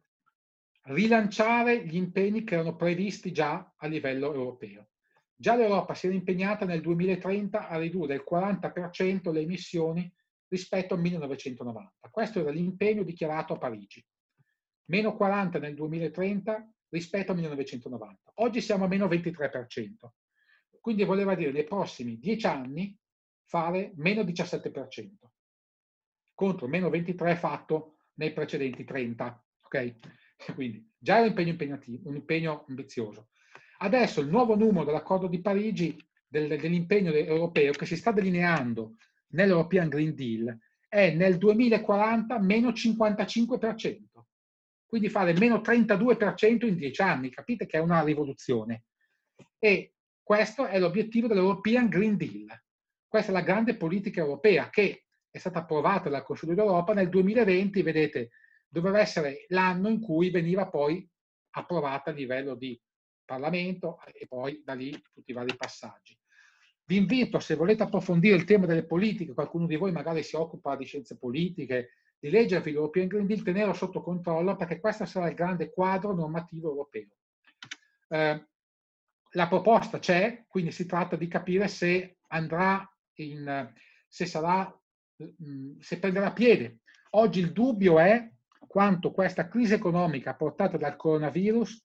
rilanciare gli impegni che erano previsti già a livello europeo. Già l'Europa si era impegnata nel duemilatrenta a ridurre il quaranta per cento le emissioni rispetto al millenovecentonovanta. Questo era l'impegno dichiarato a Parigi. Meno quaranta nel duemilatrenta rispetto al millenovecentonovanta. Oggi siamo a meno ventitré per cento. Quindi voleva dire nei prossimi dieci anni fare meno diciassette per cento contro meno ventitré fatto nei precedenti trenta. Ok? Quindi già è un impegno impegnativo, un impegno ambizioso. Adesso il nuovo numero dell'accordo di Parigi, del, dell'impegno europeo che si sta delineando nell'European Green Deal, è nel duemilaquaranta meno cinquantacinque per cento. Quindi fare meno trentadue per cento in dieci anni. Capite che è una rivoluzione. E questo è l'obiettivo dell'European Green Deal. Questa è la grande politica europea che è stata approvata dal Consiglio d'Europa nel duemilaventi, vedete, doveva essere l'anno in cui veniva poi approvata a livello di Parlamento e poi da lì tutti i vari passaggi. Vi invito, se volete approfondire il tema delle politiche, qualcuno di voi magari si occupa di scienze politiche, di leggervi l'European Green Deal, tenerlo sotto controllo perché questo sarà il grande quadro normativo europeo. Eh, la proposta c'è, quindi si tratta di capire se andrà in, se sarà, se prenderà piede. Oggi il dubbio è quanto questa crisi economica portata dal coronavirus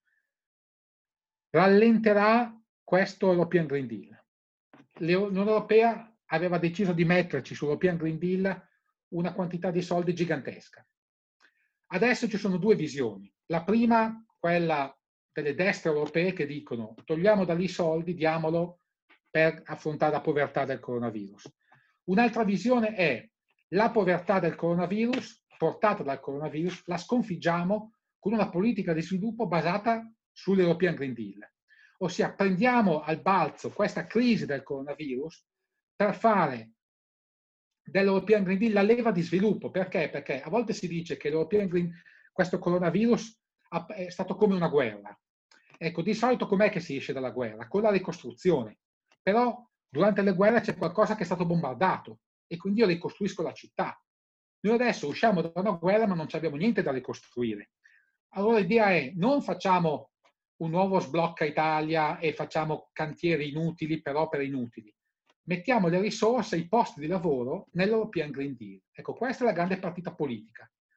rallenterà questo European Green Deal. L'Unione Europea aveva deciso di metterci sull'European Green Deal una quantità di soldi gigantesca. Adesso ci sono due visioni. La prima, quella delle destre europee che dicono togliamo da lì soldi, diamolo per affrontare la povertà del coronavirus. Un'altra visione è la povertà del coronavirus, portata dal coronavirus, la sconfiggiamo con una politica di sviluppo basata sull'European Green Deal. Ossia, prendiamo al balzo questa crisi del coronavirus per fare dell'European Green Deal la leva di sviluppo. Perché? Perché a volte si dice che l'European Green, questo coronavirus è stato come una guerra. Ecco, di solito com'è che si esce dalla guerra? Con la ricostruzione. Però durante le guerre c'è qualcosa che è stato bombardato e quindi io ricostruisco la città. Noi adesso usciamo da una guerra ma non abbiamo niente da ricostruire. Allora l'idea è non facciamo un nuovo sblocca Italia e facciamo cantieri inutili per opere inutili. Mettiamo le risorse, i posti di lavoro nell'European Green Deal. Ecco, questa è la grande partita politica.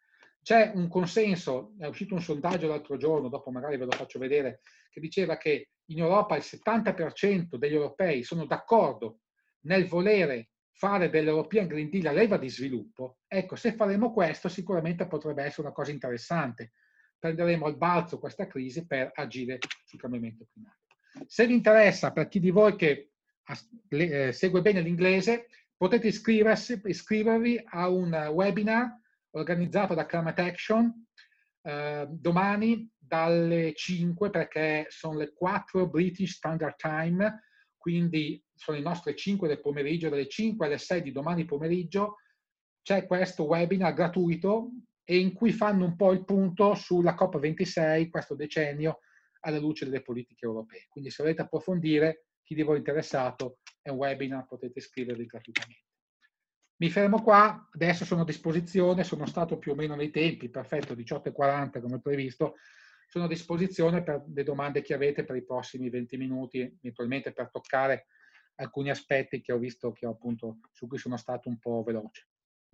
c'è un consenso, è uscito un sondaggio l'altro giorno, dopo magari ve lo faccio vedere, che diceva che in Europa il settanta per cento degli europei sono d'accordo nel volere fare dell'European Green Deal la leva di sviluppo. Ecco, se faremo questo sicuramente potrebbe essere una cosa interessante. Prenderemo al balzo questa crisi per agire sul cambiamento climatico. Se vi interessa, per chi di voi che eh, segue bene l'inglese, potete iscrivervi a un webinar organizzato da Climate Action eh, domani dalle cinque, perché sono le quattro British Standard Time, quindi sono le nostre cinque del pomeriggio, dalle cinque alle sei di domani pomeriggio c'è questo webinar gratuito e in cui fanno un po' il punto sulla COP ventisei, questo decennio, alla luce delle politiche europee. Quindi se volete approfondire, chi di voi è interessato, è un webinar, potete iscrivervi gratuitamente. Mi fermo qua, adesso sono a disposizione, sono stato più o meno nei tempi, perfetto, diciotto e quaranta come previsto, sono a disposizione per le domande che avete per i prossimi venti minuti, eventualmente per toccare alcuni aspetti che ho visto, che ho appunto, su cui sono stato un po' veloce.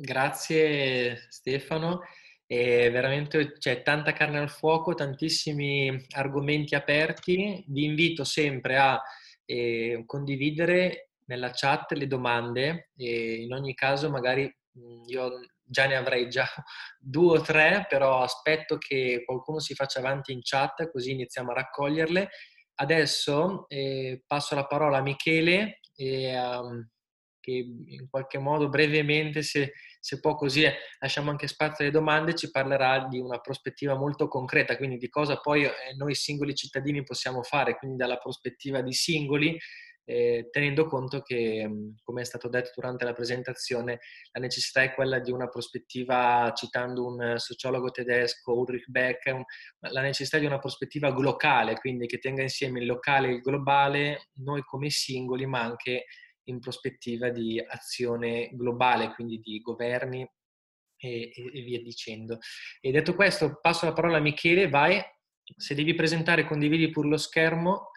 Grazie Stefano, è veramente c'è tanta carne al fuoco, tantissimi argomenti aperti. Vi invito sempre a eh, condividere nella chat le domande e in ogni caso magari io già ne avrei già due o tre, però aspetto che qualcuno si faccia avanti in chat così iniziamo a raccoglierle. Adesso eh, passo la parola a Michele e, um, che in qualche modo brevemente, se, se può così, eh, lasciamo anche spazio alle domande, ci parlerà di una prospettiva molto concreta, quindi di cosa poi eh, noi singoli cittadini possiamo fare, quindi dalla prospettiva di singoli, eh, tenendo conto che, come è stato detto durante la presentazione, la necessità è quella di una prospettiva, citando un sociologo tedesco, Ulrich Beck, un, la necessità di una prospettiva globale, quindi che tenga insieme il locale e il globale, noi come singoli, ma anche in prospettiva di azione globale, quindi di governi e, e via dicendo. E detto questo, passo la parola a Michele, vai, se devi presentare condividi pure lo schermo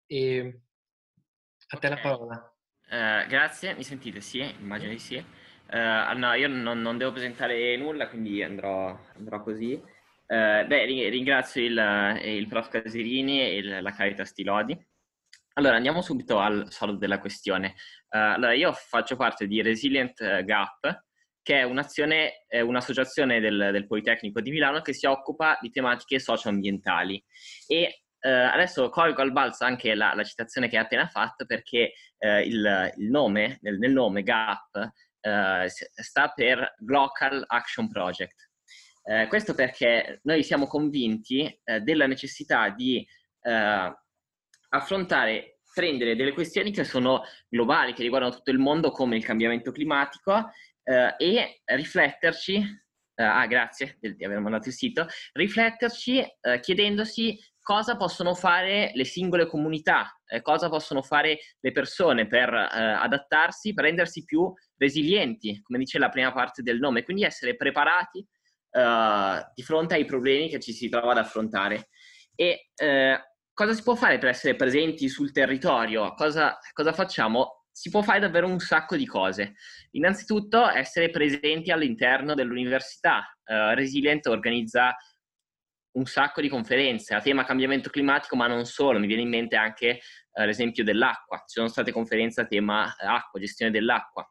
e a te okay. la parola. Uh, grazie, mi sentite? Sì, immagino di sì. Uh, no, io non, non devo presentare nulla, quindi andrò, andrò così. Uh, beh, ringrazio il, il prof Caserini e il, la Caritas di Lodi. Allora, andiamo subito al soldo della questione. Uh, allora, io faccio parte di Resilient Gap, che è un'azione, è un'associazione del, del Politecnico di Milano che si occupa di tematiche socio-ambientali. E uh, adesso colgo al balzo anche la, la citazione che hai appena fatto, perché uh, il, il nome, nel, nel nome Gap, uh, sta per Global Action Project. Uh, questo perché noi siamo convinti uh, della necessità di uh, affrontare, prendere delle questioni che sono globali, che riguardano tutto il mondo, come il cambiamento climatico, eh, e rifletterci, eh, ah grazie di, di aver mandato il sito, rifletterci eh, chiedendosi cosa possono fare le singole comunità, eh, cosa possono fare le persone per eh, adattarsi, per rendersi più resilienti, come dice la prima parte del nome, quindi essere preparati eh, di fronte ai problemi che ci si trova ad affrontare. E eh, cosa si può fare per essere presenti sul territorio? Cosa, cosa facciamo? Si può fare davvero un sacco di cose. Innanzitutto essere presenti all'interno dell'università. Uh, Resilient organizza un sacco di conferenze a tema cambiamento climatico, ma non solo. Mi viene in mente anche uh, l'esempio dell'acqua. Ci sono state conferenze a tema acqua, gestione dell'acqua.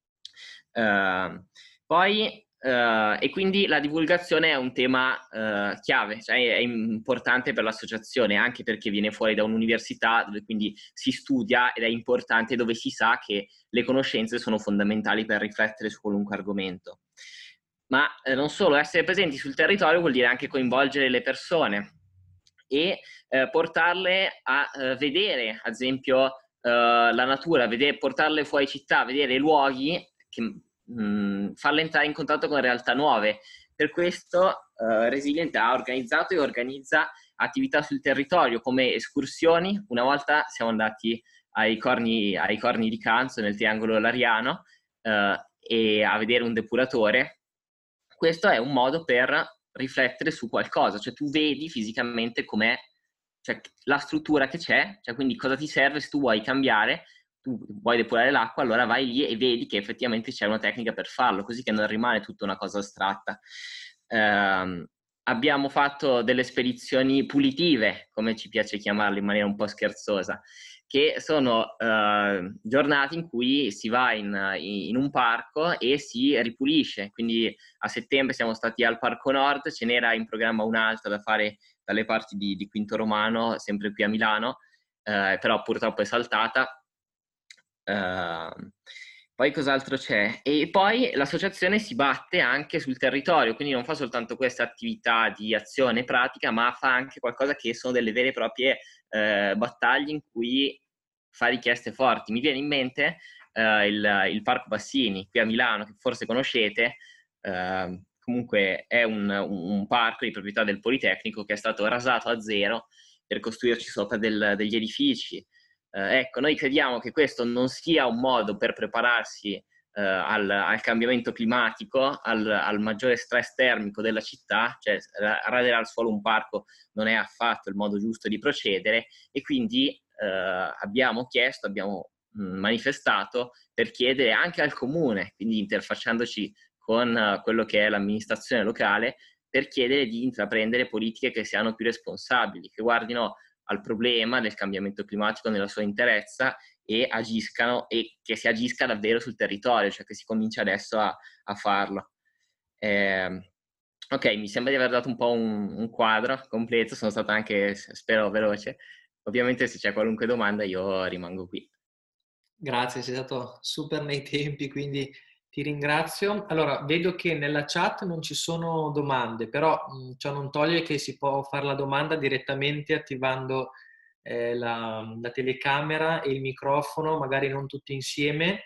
Uh, poi Uh, e quindi la divulgazione è un tema uh, chiave, cioè è importante per l'associazione, anche perché viene fuori da un'università dove quindi si studia ed è importante, dove si sa che le conoscenze sono fondamentali per riflettere su qualunque argomento. Ma eh, non solo, essere presenti sul territorio vuol dire anche coinvolgere le persone e eh, portarle a eh, vedere, ad esempio, eh, la natura, vedere, portarle fuori città, vedere i luoghi che Mh, farle entrare in contatto con realtà nuove. Per questo uh, Resilient ha organizzato e organizza attività sul territorio come escursioni. Una volta siamo andati ai corni, ai corni di Canzo nel triangolo lariano uh, e a vedere un depuratore. Questo è un modo per riflettere su qualcosa, cioè tu vedi fisicamente com'è, cioè la struttura che c'è, cioè quindi cosa ti serve se tu vuoi cambiare. Tu vuoi depurare l'acqua, allora vai lì e vedi che effettivamente c'è una tecnica per farlo, così che non rimane tutta una cosa astratta. ehm, abbiamo fatto delle spedizioni pulitive, come ci piace chiamarle in maniera un po' scherzosa, che sono eh, giornate in cui si va in, in un parco e si ripulisce. Quindi a settembre siamo stati al Parco Nord, ce n'era in programma un'altra da fare dalle parti di, di Quinto Romano, sempre qui a Milano, eh, però purtroppo è saltata. Uh, poi cos'altro c'è? E poi l'associazione si batte anche sul territorio, quindi non fa soltanto queste attività di azione pratica, ma fa anche qualcosa che sono delle vere e proprie uh, battaglie in cui fa richieste forti. Mi viene in mente uh, il, il Parco Bassini qui a Milano, che forse conoscete. Uh, comunque è un, un, un parco di proprietà del Politecnico che è stato rasato a zero per costruirci sopra del, degli edifici. Eh, ecco, noi crediamo che questo non sia un modo per prepararsi eh, al, al cambiamento climatico, al, al maggiore stress termico della città, cioè radere al suolo un parco non è affatto il modo giusto di procedere, e quindi eh, abbiamo chiesto, abbiamo mh, manifestato per chiedere anche al comune, quindi interfacciandoci con uh, quello che è l'amministrazione locale, per chiedere di intraprendere politiche che siano più responsabili, che guardino al problema del cambiamento climatico nella sua interezza e agiscano, e che si agisca davvero sul territorio, cioè che si comincia adesso a, a farlo. Eh, ok, mi sembra di aver dato un po' un, un quadro completo, sono stato anche, spero, veloce. Ovviamente se c'è qualunque domanda io rimango qui. Grazie, sei stato super nei tempi, quindi ti ringrazio. Allora, vedo che nella chat non ci sono domande, però mh, ciò non toglie che si può fare la domanda direttamente attivando eh, la, la telecamera e il microfono, magari non tutti insieme.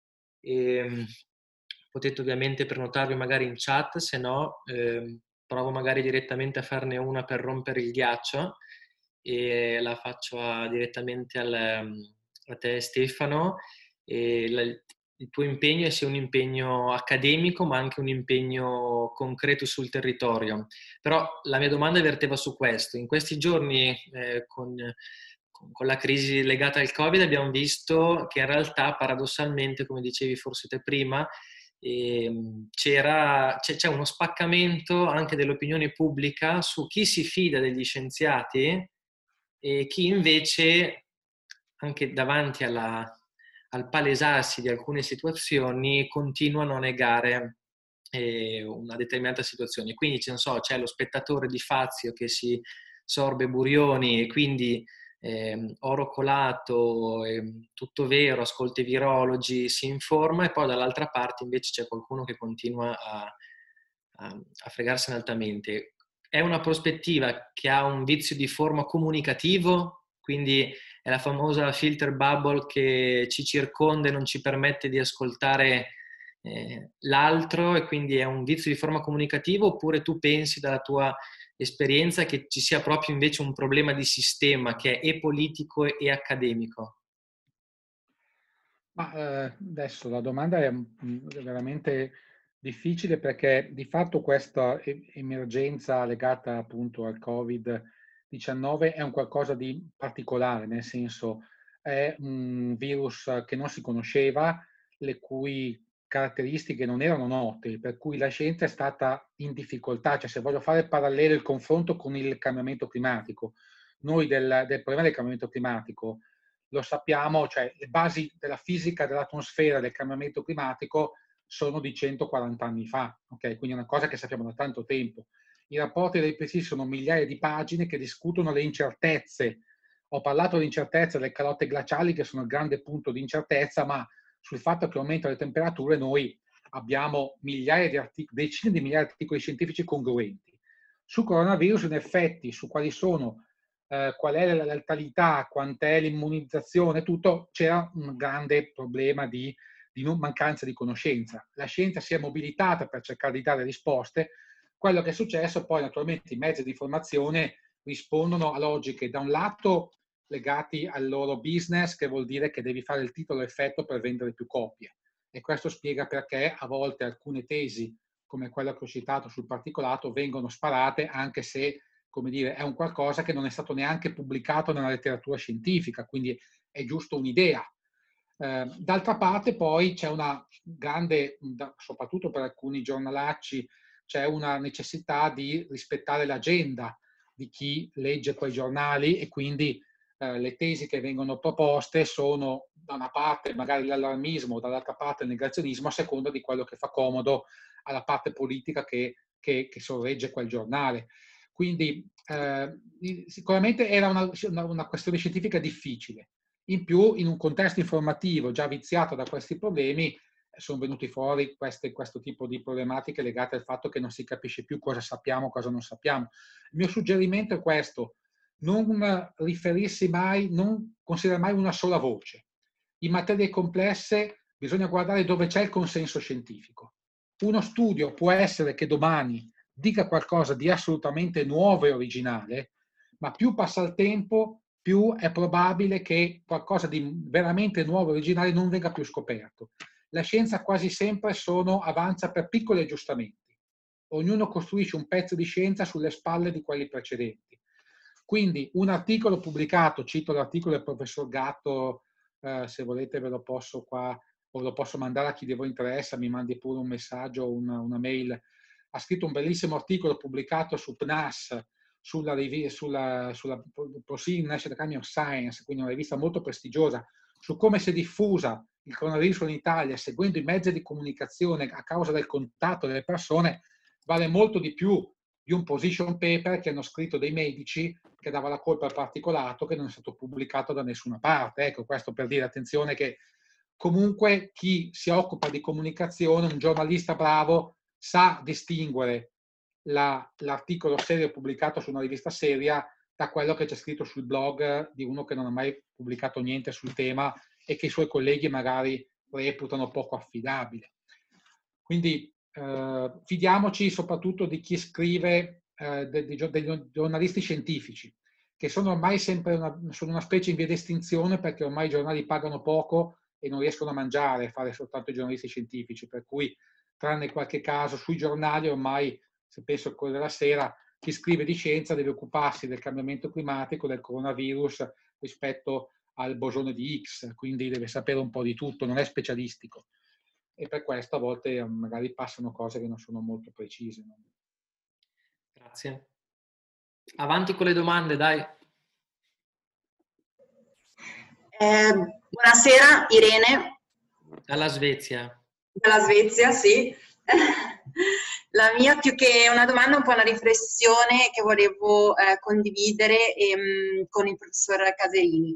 E, mh, potete ovviamente prenotarvi magari in chat, se no eh, provo magari direttamente a farne una per rompere il ghiaccio e la faccio a, direttamente al, a te Stefano. E la, il tuo impegno è sia un impegno accademico ma anche un impegno concreto sul territorio. Però la mia domanda verteva su questo. In questi giorni eh, con, con la crisi legata al Covid abbiamo visto che in realtà paradossalmente, come dicevi forse te prima, c'era, c'è, c'è uno spaccamento anche dell'opinione pubblica su chi si fida degli scienziati e chi invece, anche davanti alla, al palesarsi di alcune situazioni, continuano a negare eh, una determinata situazione. Quindi non so, c'è lo spettatore di Fazio che si sorbe burioni e quindi eh, oro colato, eh, tutto vero, ascolta i virologi, si informa, e poi dall'altra parte invece c'è qualcuno che continua a, a, a fregarsene altamente. È una prospettiva che ha un vizio di forma comunicativo, quindi è la famosa filter bubble che ci circonda e non ci permette di ascoltare eh, l'altro, e quindi è un vizio di forma comunicativa, oppure tu pensi dalla tua esperienza che ci sia proprio invece un problema di sistema che è e politico e accademico? Ma eh, adesso la domanda è veramente difficile, perché di fatto questa emergenza legata appunto al Covid diciannove è un qualcosa di particolare, nel senso è un virus che non si conosceva, le cui caratteristiche non erano note, per cui la scienza è stata in difficoltà. Cioè, se voglio fare il parallelo, il confronto con il cambiamento climatico, noi del, del problema del cambiamento climatico lo sappiamo, cioè le basi della fisica dell'atmosfera, del cambiamento climatico sono di centoquaranta anni fa, ok? Quindi è una cosa che sappiamo da tanto tempo. I rapporti dell'I P C C sono migliaia di pagine che discutono le incertezze. Ho parlato di incertezza delle calotte glaciali, che sono il grande punto di incertezza, ma sul fatto che aumentano le temperature noi abbiamo migliaia di articoli, decine di migliaia di articoli scientifici congruenti. Sul coronavirus, in effetti, su quali sono Eh, qual è la letalità, quant'è l'immunizzazione, tutto, c'era un grande problema di, di non mancanza di conoscenza. La scienza si è mobilitata per cercare di dare risposte. Quello che è successo poi, naturalmente, i mezzi di informazione rispondono a logiche da un lato legati al loro business, che vuol dire che devi fare il titolo-effetto per vendere più copie. E questo spiega perché a volte alcune tesi, come quella che ho citato sul particolato, vengono sparate, anche se, come dire, è un qualcosa che non è stato neanche pubblicato nella letteratura scientifica, quindi è giusto un'idea. Eh, d'altra parte poi c'è una grande, soprattutto per alcuni giornalacci, c'è una necessità di rispettare l'agenda di chi legge quei giornali e quindi eh, le tesi che vengono proposte sono da una parte magari l'allarmismo, dall'altra parte il negazionismo, a seconda di quello che fa comodo alla parte politica che, che, che sorregge quel giornale. Quindi eh, sicuramente era una, una, una questione scientifica difficile. In più, in un contesto informativo già viziato da questi problemi, sono venuti fuori queste, questo tipo di problematiche legate al fatto che non si capisce più cosa sappiamo, cosa non sappiamo. Il mio suggerimento è questo: non riferirsi mai, non considerare mai una sola voce. In materie complesse bisogna guardare dove c'è il consenso scientifico. Uno studio può essere che domani dica qualcosa di assolutamente nuovo e originale, ma più passa il tempo, più è probabile che qualcosa di veramente nuovo e originale non venga più scoperto. La scienza quasi sempre sono, avanza per piccoli aggiustamenti. Ognuno costruisce un pezzo di scienza sulle spalle di quelli precedenti. Quindi un articolo pubblicato, cito l'articolo del professor Gatto, eh, se volete ve lo posso qua, o lo posso mandare a chi di voi interessa, mi mandi pure un messaggio o una, una mail. Ha scritto un bellissimo articolo pubblicato su P N A S, sulla, sulla, sulla Proceedings National Academy of Science, quindi una rivista molto prestigiosa, su come si è diffusa il coronavirus in Italia seguendo i mezzi di comunicazione a causa del contatto delle persone, vale molto di più di un position paper che hanno scritto dei medici che dava la colpa al particolato che non è stato pubblicato da nessuna parte. Ecco, questo per dire, attenzione, che comunque chi si occupa di comunicazione, un giornalista bravo, sa distinguere l'articolo serio pubblicato su una rivista seria da quello che c'è scritto sul blog di uno che non ha mai pubblicato niente sul tema e che i suoi colleghi magari reputano poco affidabile. Quindi eh, fidiamoci soprattutto di chi scrive, eh, dei, dei giornalisti scientifici, che sono ormai sempre una, sono una specie in via di estinzione, perché ormai i giornali pagano poco e non riescono a mangiare, a fare soltanto i giornalisti scientifici, per cui tranne qualche caso sui giornali ormai, se penso al Corriere della Sera, chi scrive di scienza deve occuparsi del cambiamento climatico, del coronavirus rispetto al bosone di Higgs, quindi deve sapere un po' di tutto, non è specialistico. E per questo a volte magari passano cose che non sono molto precise. No? Grazie. Avanti con le domande, dai. Eh, buonasera, Irene. Dalla Svezia. Dalla Svezia, sì. La mia, più che una domanda, è un po' una riflessione che volevo eh, condividere ehm, con il professor Caserini.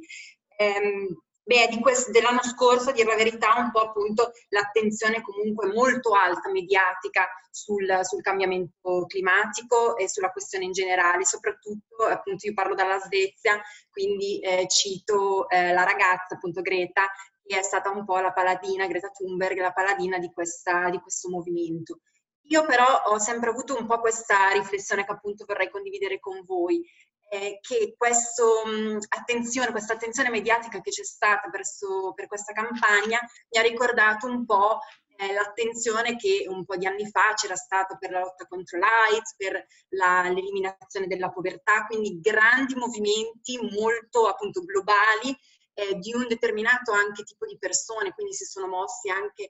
Ehm, beh, di dell'anno scorso, a dire la verità, un po' appunto l'attenzione comunque molto alta mediatica sul, sul cambiamento climatico e sulla questione in generale, soprattutto appunto io parlo dalla Svezia, quindi eh, cito eh, la ragazza appunto Greta, che è stata un po' la paladina, Greta Thunberg, la paladina di, questa, di questo movimento. Io però ho sempre avuto un po' questa riflessione che appunto vorrei condividere con voi, eh, che questo, mh, attenzione, questa attenzione mediatica che c'è stata verso, per questa campagna mi ha ricordato un po' eh, l'attenzione che un po' di anni fa c'era stata per la lotta contro l'AIDS, per l'eliminazione della povertà, quindi grandi movimenti molto appunto globali eh, di un determinato anche tipo di persone, quindi si sono mossi anche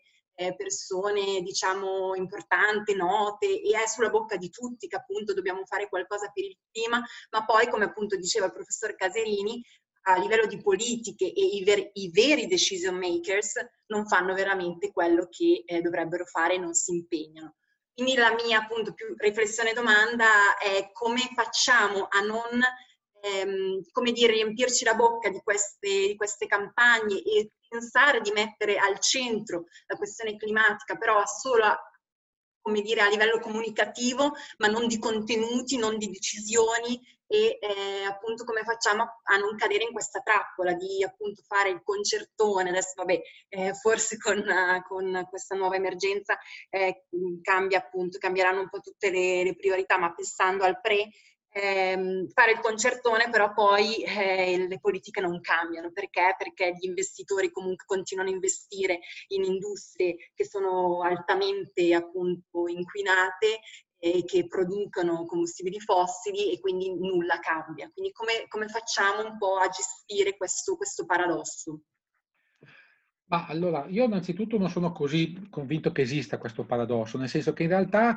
persone diciamo importanti, note, e è sulla bocca di tutti che appunto dobbiamo fare qualcosa per il clima, ma poi come appunto diceva il professor Caserini, a livello di politiche e i, ver i veri decision makers non fanno veramente quello che eh, dovrebbero fare e non si impegnano. Quindi la mia appunto più riflessione e domanda è: come facciamo a non ehm, come dire, riempirci la bocca di queste, di queste campagne e pensare di mettere al centro la questione climatica, però solo a, come dire, a livello comunicativo, ma non di contenuti, non di decisioni, e eh, appunto come facciamo a non cadere in questa trappola di appunto fare il concertone. Adesso vabbè, eh, forse con, uh, con questa nuova emergenza eh, cambia appunto, cambieranno un po' tutte le, le priorità, ma pensando al pre, Ehm, fare il concertone, però poi eh, le politiche non cambiano. Perché? Perché gli investitori comunque continuano a investire in industrie che sono altamente appunto inquinate e che producono combustibili fossili, e quindi nulla cambia. Quindi come, come facciamo un po' a gestire questo, questo paradosso? Ma allora, io innanzitutto non sono così convinto che esista questo paradosso, nel senso che in realtà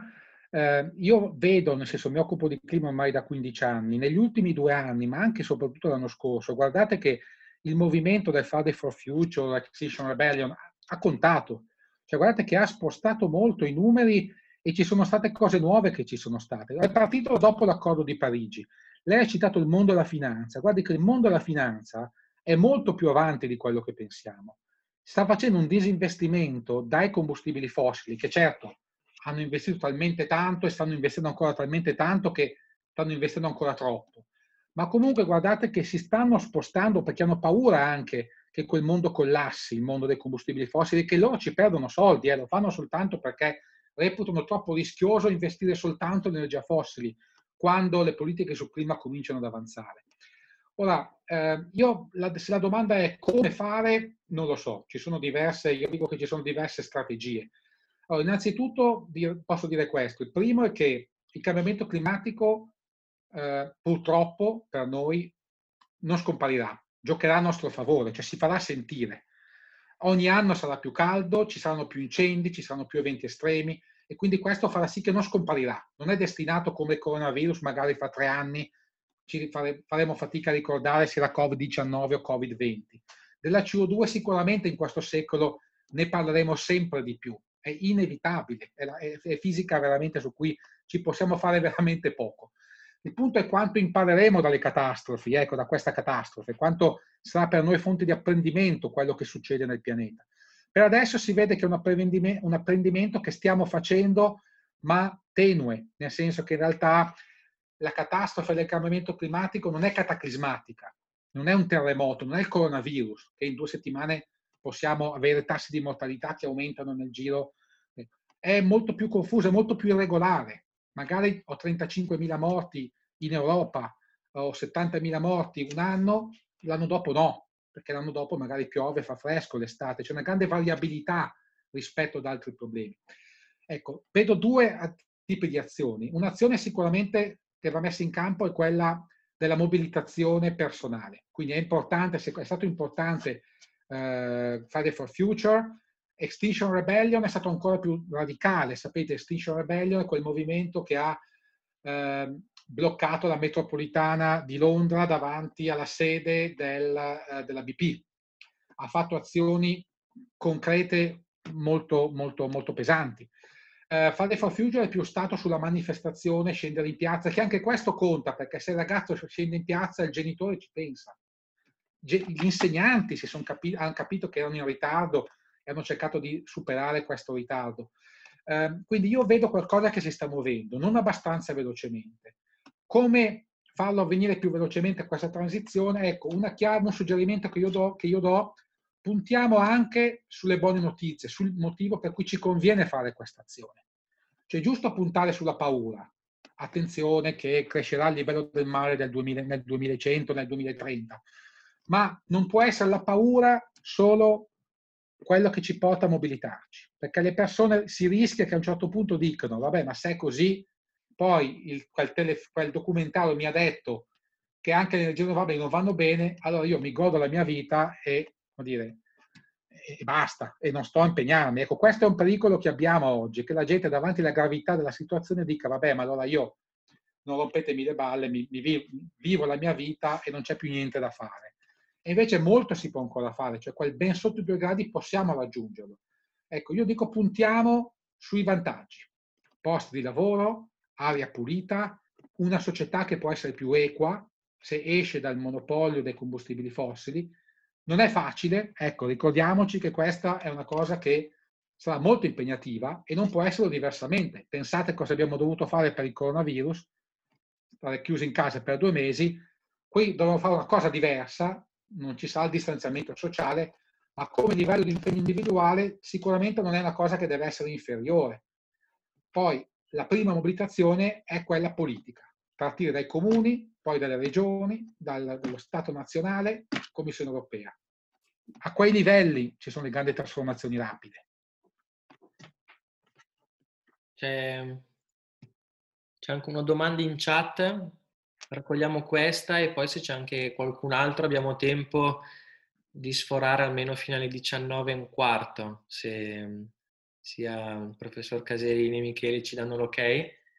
Eh, io vedo, nel senso mi occupo di clima ormai da quindici anni, negli ultimi due anni, ma anche e soprattutto l'anno scorso, guardate che il movimento del Friday for Future, Extinction Rebellion, ha contato. Cioè guardate che ha spostato molto i numeri e ci sono state cose nuove che ci sono state. È partito dopo l'accordo di Parigi. Lei ha citato il mondo della finanza. Guardi che il mondo della finanza è molto più avanti di quello che pensiamo. Sta facendo un disinvestimento dai combustibili fossili, che certo hanno investito talmente tanto e stanno investendo ancora talmente tanto che stanno investendo ancora troppo. Ma comunque guardate che si stanno spostando perché hanno paura anche che quel mondo collassi, il mondo dei combustibili fossili, che loro ci perdono soldi, eh, lo fanno soltanto perché reputano troppo rischioso investire soltanto in energia fossili, quando le politiche sul clima cominciano ad avanzare. Ora, eh, io, la, se la domanda è come fare, non lo so, ci sono diverse, io dico che ci sono diverse strategie. Allora, innanzitutto posso dire questo, il primo è che il cambiamento climatico eh, purtroppo per noi non scomparirà, giocherà a nostro favore, cioè si farà sentire. Ogni anno sarà più caldo, ci saranno più incendi, ci saranno più eventi estremi e quindi questo farà sì che non scomparirà. Non è destinato come il coronavirus, magari fra tre anni ci fare, faremo fatica a ricordare se era Covid diciannove o Covid venti. Della C O due sicuramente in questo secolo ne parleremo sempre di più. È inevitabile, è, la, è, è fisica veramente su cui ci possiamo fare veramente poco. Il punto è quanto impareremo dalle catastrofi, ecco, da questa catastrofe, quanto sarà per noi fonte di apprendimento quello che succede nel pianeta. Per adesso si vede che è un apprendimento, un apprendimento che stiamo facendo, ma tenue, nel senso che in realtà la catastrofe del cambiamento climatico non è cataclismatica, non è un terremoto, non è il coronavirus, che in due settimane possiamo avere tassi di mortalità che aumentano nel giro. È molto più confuso, è molto più irregolare. Magari ho trentacinquemila morti in Europa, ho settantamila morti un anno, l'anno dopo no, perché l'anno dopo magari piove, fa fresco l'estate, c'è una grande variabilità rispetto ad altri problemi. Ecco, vedo due tipi di azioni. Un'azione sicuramente che va messa in campo è quella della mobilitazione personale. Quindi è importante, è stato importante eh, Friday for Future. Extinction Rebellion è stato ancora più radicale. Sapete, Extinction Rebellion è quel movimento che ha eh, bloccato la metropolitana di Londra davanti alla sede del, eh, della B P. Ha fatto azioni concrete molto, molto, molto pesanti. Uh, Friday for Future è più stato sulla manifestazione, scendere in piazza, che anche questo conta, perché se il ragazzo scende in piazza il genitore ci pensa. Gli insegnanti si sono capi- hanno capito che erano in ritardo e hanno cercato di superare questo ritardo. Uh, quindi io vedo qualcosa che si sta muovendo, non abbastanza velocemente. Come farlo avvenire più velocemente questa transizione? Ecco, una chiave, un suggerimento che io do, che io do puntiamo anche sulle buone notizie, sul motivo per cui ci conviene fare questa azione. Cioè è giusto puntare sulla paura. Attenzione che crescerà il livello del mare del duemila, nel duemilacento, nel duemilatrenta. Ma non può essere la paura solo quello che ci porta a mobilitarci. Perché le persone si rischia che a un certo punto dicano, vabbè, ma se è così, poi il, quel, tele, quel documentario mi ha detto che anche le energie rinnovabili non vanno bene, allora io mi godo la mia vita e dire, e basta, e non sto a impegnarmi. Ecco, questo è un pericolo che abbiamo oggi, che la gente davanti alla gravità della situazione dica, vabbè, ma allora io non rompetemi le balle, mi, mi vivo, vivo la mia vita e non c'è più niente da fare. E invece molto si può ancora fare, cioè quel ben sotto i due gradi possiamo raggiungerlo. Ecco, io dico puntiamo sui vantaggi. Posti di lavoro, aria pulita, una società che può essere più equa, se esce dal monopolio dei combustibili fossili. Non è facile, ecco, ricordiamoci che questa è una cosa che sarà molto impegnativa e non può essere diversamente. Pensate cosa abbiamo dovuto fare per il coronavirus, stare chiusi in casa per due mesi, qui dobbiamo fare una cosa diversa, non ci sarà il distanziamento sociale, ma come livello di impegno individuale sicuramente non è una cosa che deve essere inferiore. Poi la prima mobilitazione è quella politica, partire dai comuni, poi dalle regioni, dal, dallo Stato nazionale, Commissione europea. A quei livelli ci sono le grandi trasformazioni rapide. C'è, c'è anche una domanda in chat, raccogliamo questa e poi se c'è anche qualcun altro abbiamo tempo di sforare almeno fino alle diciannove e un quarto, se sia il professor Caserini e Michele ci danno l'ok.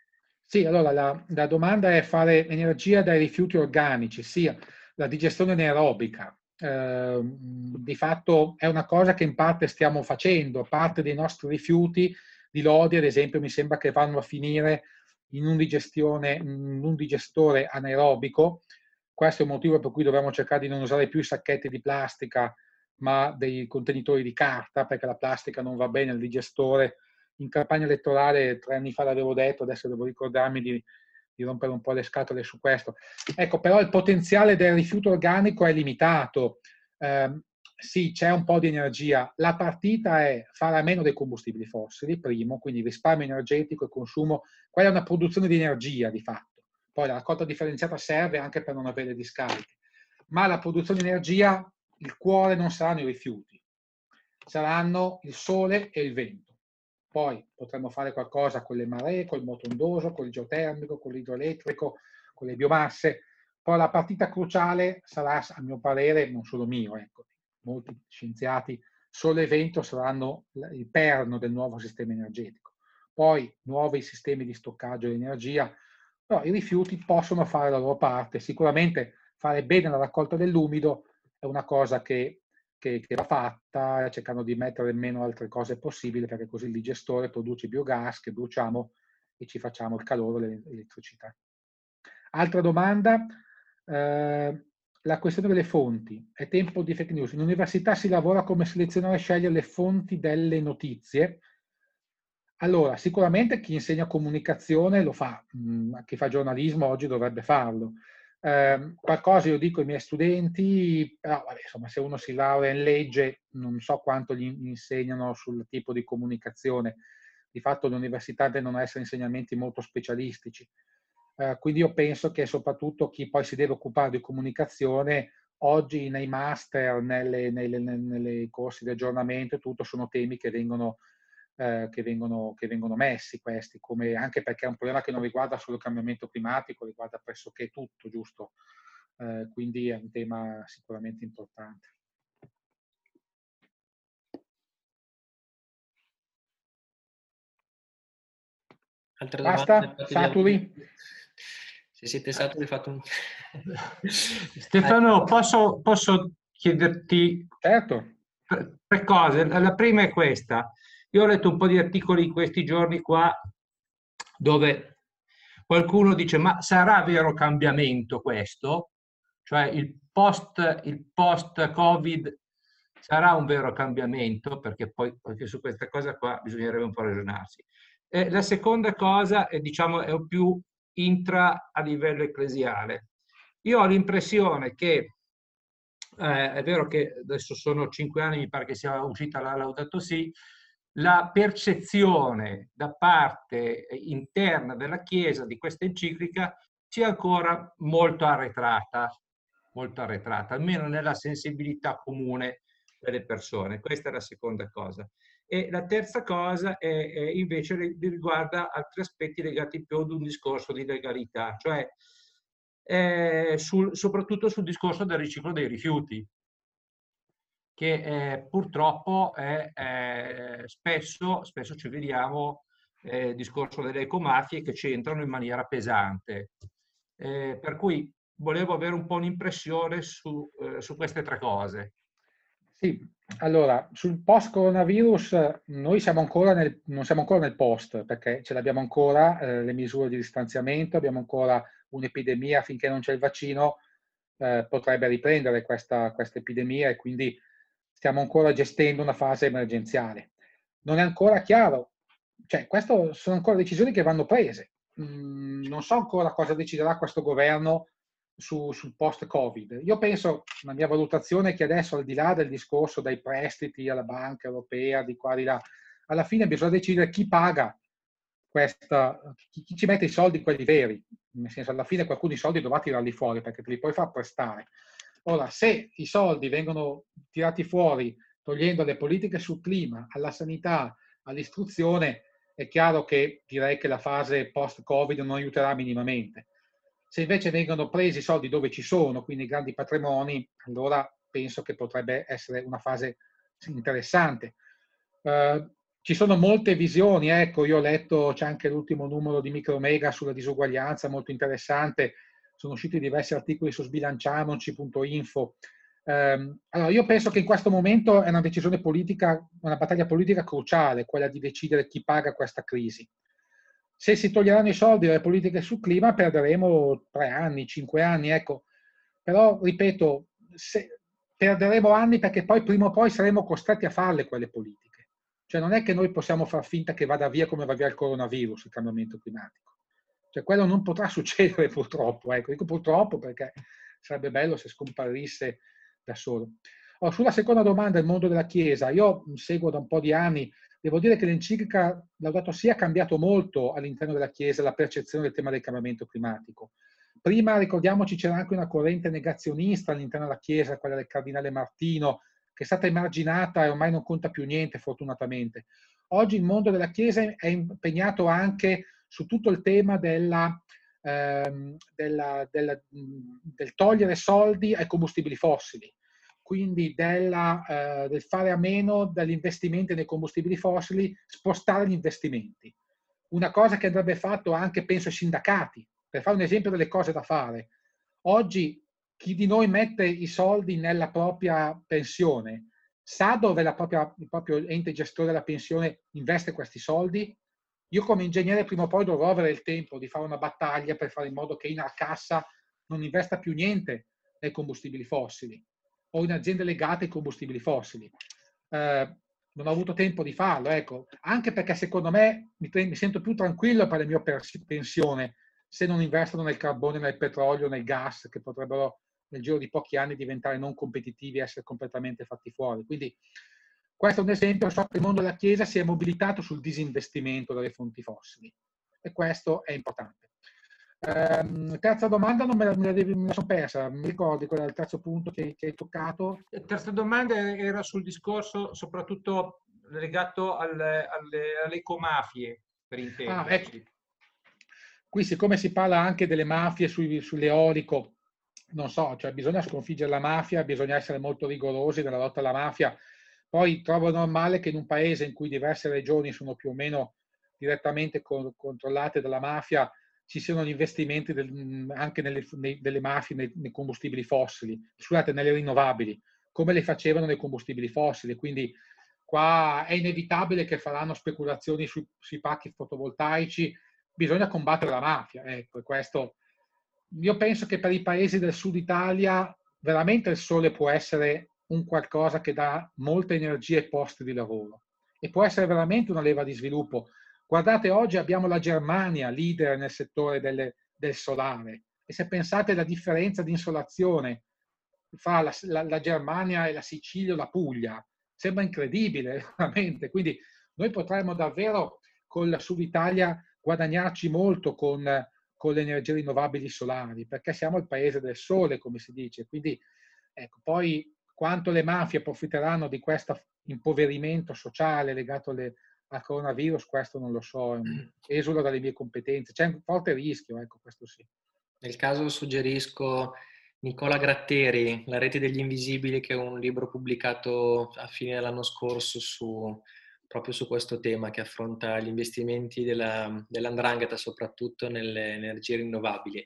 Sì, allora la, la domanda è fare energia dai rifiuti organici, sia la digestione anaerobica. Eh, di fatto è una cosa che in parte stiamo facendo, parte dei nostri rifiuti di lodi, ad esempio, mi sembra che vanno a finire in un, digestione, in un digestore anaerobico. Questo è un motivo per cui dobbiamo cercare di non usare più i sacchetti di plastica, ma dei contenitori di carta, perché la plastica non va bene al digestore. In campagna elettorale tre anni fa l'avevo detto, adesso devo ricordarmi di, di rompere un po' le scatole su questo. Ecco, però il potenziale del rifiuto organico è limitato. Eh, sì, c'è un po' di energia. La partita è fare a meno dei combustibili fossili, primo, quindi risparmio energetico e consumo. Quella è una produzione di energia, di fatto. Poi la raccolta differenziata serve anche per non avere discariche. Ma la produzione di energia, il cuore non saranno i rifiuti, saranno il sole e il vento. Poi potremmo fare qualcosa con le maree, col moto ondoso, con il geotermico, con l'idroelettrico, con le biomasse. Poi la partita cruciale sarà, a mio parere, non solo mio, ecco, molti scienziati, sole e vento saranno il perno del nuovo sistema energetico. Poi nuovi sistemi di stoccaggio di energia, però i rifiuti possono fare la loro parte. Sicuramente fare bene la raccolta dell'umido è una cosa che, che, che va fatta, cercando di mettere meno altre cose possibile, perché così il digestore produce biogas che bruciamo e ci facciamo il calore e l'elettricità. Altra domanda, eh, la questione delle fonti. È tempo di fake news. In università si lavora come selezionare e scegliere le fonti delle notizie. Allora, sicuramente chi insegna comunicazione lo fa, mh, chi fa giornalismo oggi dovrebbe farlo. Eh, qualcosa io dico ai miei studenti, però vabbè, insomma, se uno si laurea in legge, non so quanto gli insegnano sul tipo di comunicazione. Di fatto l'università tendono ad essere insegnamenti molto specialistici. Eh, quindi io penso che soprattutto chi poi si deve occupare di comunicazione, oggi nei master, nelle, nelle, nelle corsi di aggiornamento, tutto sono temi che vengono Eh, che, vengono, che vengono messi questi, come, anche perché è un problema che non riguarda solo il cambiamento climatico, riguarda pressoché tutto, giusto? Eh, quindi è un tema sicuramente importante. Altre Basta? domande? Saturi? Se siete saturi, fate un... Stefano, posso, posso chiederti Certo. tre cose? La prima è questa. Io ho letto un po' di articoli in questi giorni qua dove qualcuno dice: ma sarà vero cambiamento questo? Cioè il post, il post-Covid sarà un vero cambiamento? Perché poi anche su questa cosa qua bisognerebbe un po' ragionarsi. E la seconda cosa è, diciamo, è più intra a livello ecclesiale. Io ho l'impressione che eh, è vero che adesso sono cinque anni, mi pare che sia uscita la Laudato Si, la percezione da parte interna della Chiesa di questa enciclica sia ancora molto arretrata, molto arretrata, almeno nella sensibilità comune delle persone. Questa è la seconda cosa. E la terza cosa è, è invece riguarda altri aspetti legati più ad un discorso di legalità, cioè eh, sul, soprattutto sul discorso del riciclo dei rifiuti, che eh, purtroppo è, eh, spesso, spesso ci vediamo eh, il discorso delle ecomafie che ci entrano in maniera pesante. Eh, per cui volevo avere un po' un'impressione su, eh, su queste tre cose. Sì, allora, sul post-coronavirus noi siamo ancora nel, non siamo ancora nel post, perché ce l'abbiamo ancora, eh, le misure di distanziamento, abbiamo ancora un'epidemia, finché non c'è il vaccino eh, potrebbe riprendere questa, questa epidemia e quindi stiamo ancora gestendo una fase emergenziale. Non è ancora chiaro, cioè queste sono ancora decisioni che vanno prese. Mm, non so ancora cosa deciderà questo governo su, sul post-Covid. Io penso, la mia valutazione è che adesso, al di là del discorso dai prestiti alla Banca Europea, di qua di là, alla fine bisogna decidere chi paga questa, chi, chi ci mette i soldi, quelli veri. Nel senso, alla fine qualcuno i soldi dovrà tirarli fuori, perché te li puoi far prestare. Ora, se i soldi vengono tirati fuori togliendo le politiche sul clima, alla sanità, all'istruzione, è chiaro che direi che la fase post-Covid non aiuterà minimamente. Se invece vengono presi i soldi dove ci sono, quindi grandi patrimoni, allora penso che potrebbe essere una fase interessante. Uh, ci sono molte visioni, ecco, io ho letto, c'è anche l'ultimo numero di Micromega sulla disuguaglianza, molto interessante, sono usciti diversi articoli su sbilanciamoci punto info. Um, allora, io penso che in questo momento è una decisione politica, una battaglia politica cruciale, quella di decidere chi paga questa crisi. Se si toglieranno i soldi dalle politiche sul clima, perderemo tre anni, cinque anni, ecco. Però, ripeto, se, perderemo anni perché poi prima o poi saremo costretti a farle quelle politiche. Cioè non è che noi possiamo far finta che vada via come va via il coronavirus, il cambiamento climatico. Cioè quello non potrà succedere purtroppo, ecco, dico purtroppo perché sarebbe bello se scomparisse da solo. Allora, sulla seconda domanda, il mondo della Chiesa, io seguo da un po' di anni, devo dire che l'enciclica Laudato Si ha cambiato molto all'interno della Chiesa la percezione del tema del cambiamento climatico. Prima, ricordiamoci, c'era anche una corrente negazionista all'interno della Chiesa, quella del cardinale Martino, che è stata emarginata e ormai non conta più niente, fortunatamente. Oggi il mondo della Chiesa è impegnato anche su tutto il tema della, ehm, della, della, del togliere soldi ai combustibili fossili, quindi della, eh, del fare a meno degli investimenti nei combustibili fossili, spostare gli investimenti. Una cosa che andrebbe fatto anche, penso, ai sindacati, per fare un esempio delle cose da fare. Oggi chi di noi mette i soldi nella propria pensione sa dove la propria, il proprio ente gestore della pensione investe questi soldi? Io come ingegnere prima o poi dovrò avere il tempo di fare una battaglia per fare in modo che in cassa non investa più niente nei combustibili fossili o in aziende legate ai combustibili fossili. Eh, non ho avuto tempo di farlo, ecco, anche perché secondo me mi, mi sento più tranquillo per la mia pensione se non investono nel carbone, nel petrolio, nel gas, che potrebbero nel giro di pochi anni diventare non competitivi e essere completamente fatti fuori. Quindi questo è un esempio, so che il mondo della Chiesa si è mobilitato sul disinvestimento dalle fonti fossili e questo è importante. Um, terza domanda, non me la, me la, me la sono persa, mi ricordi qual è il terzo punto che, che hai toccato? La terza domanda era sul discorso soprattutto legato alle, alle, alle ecomafie, per intenderci. Ah, ecco. Qui siccome si parla anche delle mafie sui, sull'eolico, non so, cioè bisogna sconfiggere la mafia, bisogna essere molto rigorosi nella lotta alla mafia. Poi trovo normale che in un paese in cui diverse regioni sono più o meno direttamente con, controllate dalla mafia ci siano gli investimenti del, anche nelle, nei, delle mafie nei, nei combustibili fossili, scusate, nelle rinnovabili, come le facevano nei combustibili fossili. Quindi qua è inevitabile che faranno speculazioni sui, sui pacchi fotovoltaici, bisogna combattere la mafia. Ecco, e questo, io penso che per i paesi del sud Italia veramente il sole può essere un qualcosa che dà molta energia e posti di lavoro e può essere veramente una leva di sviluppo. Guardate, oggi abbiamo la Germania leader nel settore delle, del solare e se pensate alla differenza di insolazione fra la, la, la Germania e la Sicilia o la Puglia, sembra incredibile veramente. Quindi noi potremmo davvero con la Sud Italia guadagnarci molto con, con le energie rinnovabili solari, perché siamo il paese del sole, come si dice. Quindi ecco, poi quanto le mafie approfitteranno di questo impoverimento sociale legato alle, al coronavirus, questo non lo so, esula dalle mie competenze. C'è un forte rischio, ecco, questo sì. Nel caso suggerisco Nicola Gratteri, La rete degli invisibili, che è un libro pubblicato a fine dell'anno scorso su, proprio su questo tema, che affronta gli investimenti della, dell'andrangheta soprattutto nelle energie rinnovabili.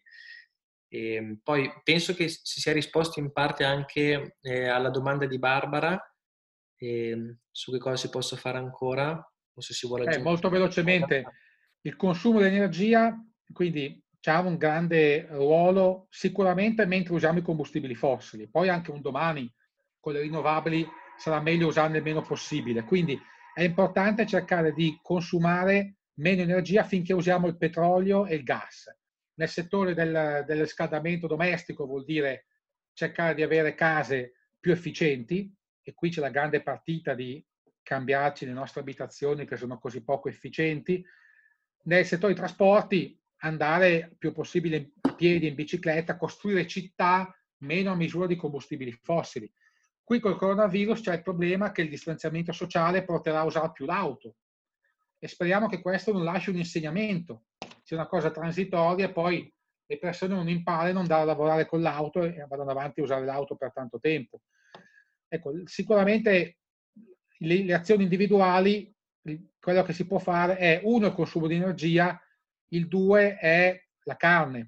E poi penso che si sia risposto in parte anche eh, alla domanda di Barbara eh, su che cosa si possa fare ancora, o se si vuole eh, aggiungere. molto velocemente, il consumo di energia, quindi ha un grande ruolo sicuramente mentre usiamo i combustibili fossili, poi anche un domani con le rinnovabili sarà meglio usarne il meno possibile, quindi è importante cercare di consumare meno energia finché usiamo il petrolio e il gas. Nel settore del, del riscaldamento domestico vuol dire cercare di avere case più efficienti e qui c'è la grande partita di cambiarci le nostre abitazioni che sono così poco efficienti. Nel settore dei trasporti andare il più possibile a piedi, in bicicletta, costruire città meno a misura di combustibili fossili. Qui col coronavirus c'è il problema che il distanziamento sociale porterà a usare più l'auto e speriamo che questo non lasci un insegnamento, sia una cosa transitoria e poi le persone non imparano a non andare a lavorare con l'auto e vadano avanti a usare l'auto per tanto tempo. Ecco, sicuramente le, le azioni individuali quello che si può fare è, uno, il consumo di energia, il due è la carne,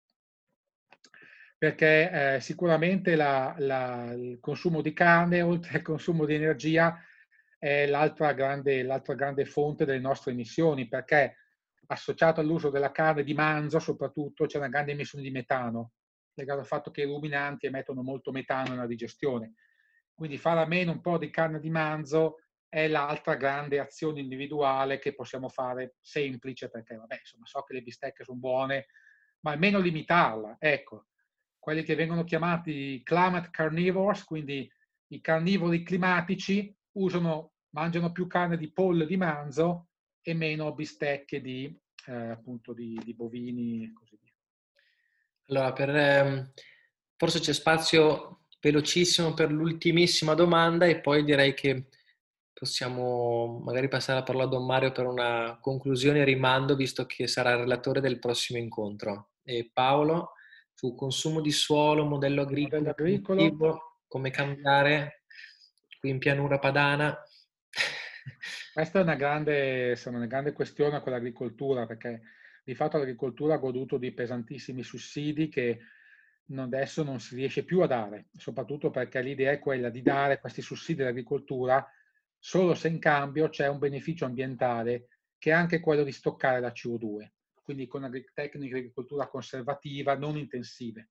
perché eh, sicuramente la, la, il consumo di carne, oltre al consumo di energia, è l'altra grande, l'altra grande fonte delle nostre emissioni, perché associato all'uso della carne di manzo soprattutto c'è una grande emissione di metano, legato al fatto che i ruminanti emettono molto metano nella digestione. Quindi fare a meno un po' di carne di manzo è l'altra grande azione individuale che possiamo fare, semplice, perché vabbè, insomma, so che le bistecche sono buone, ma almeno limitarla. Ecco, quelli che vengono chiamati climate carnivores, quindi i carnivori climatici, usano, mangiano più carne di pollo e di manzo e meno bistecche di, eh, appunto di, di bovini e così via. Allora, per, ehm, forse c'è spazio velocissimo per l'ultimissima domanda e poi direi che possiamo magari passare la parola a Don Mario per una conclusione e rimando, visto che sarà il relatore del prossimo incontro. E Paolo, su consumo di suolo, modello agricolo, modello agricolo. come cambiare qui in pianura padana. Questa è una grande, insomma, una grande questione con l'agricoltura, perché di fatto l'agricoltura ha goduto di pesantissimi sussidi che adesso non si riesce più a dare, soprattutto perché l'idea è quella di dare questi sussidi all'agricoltura solo se in cambio c'è un beneficio ambientale che è anche quello di stoccare la C O due, quindi con tecniche di agricoltura conservativa, non intensive.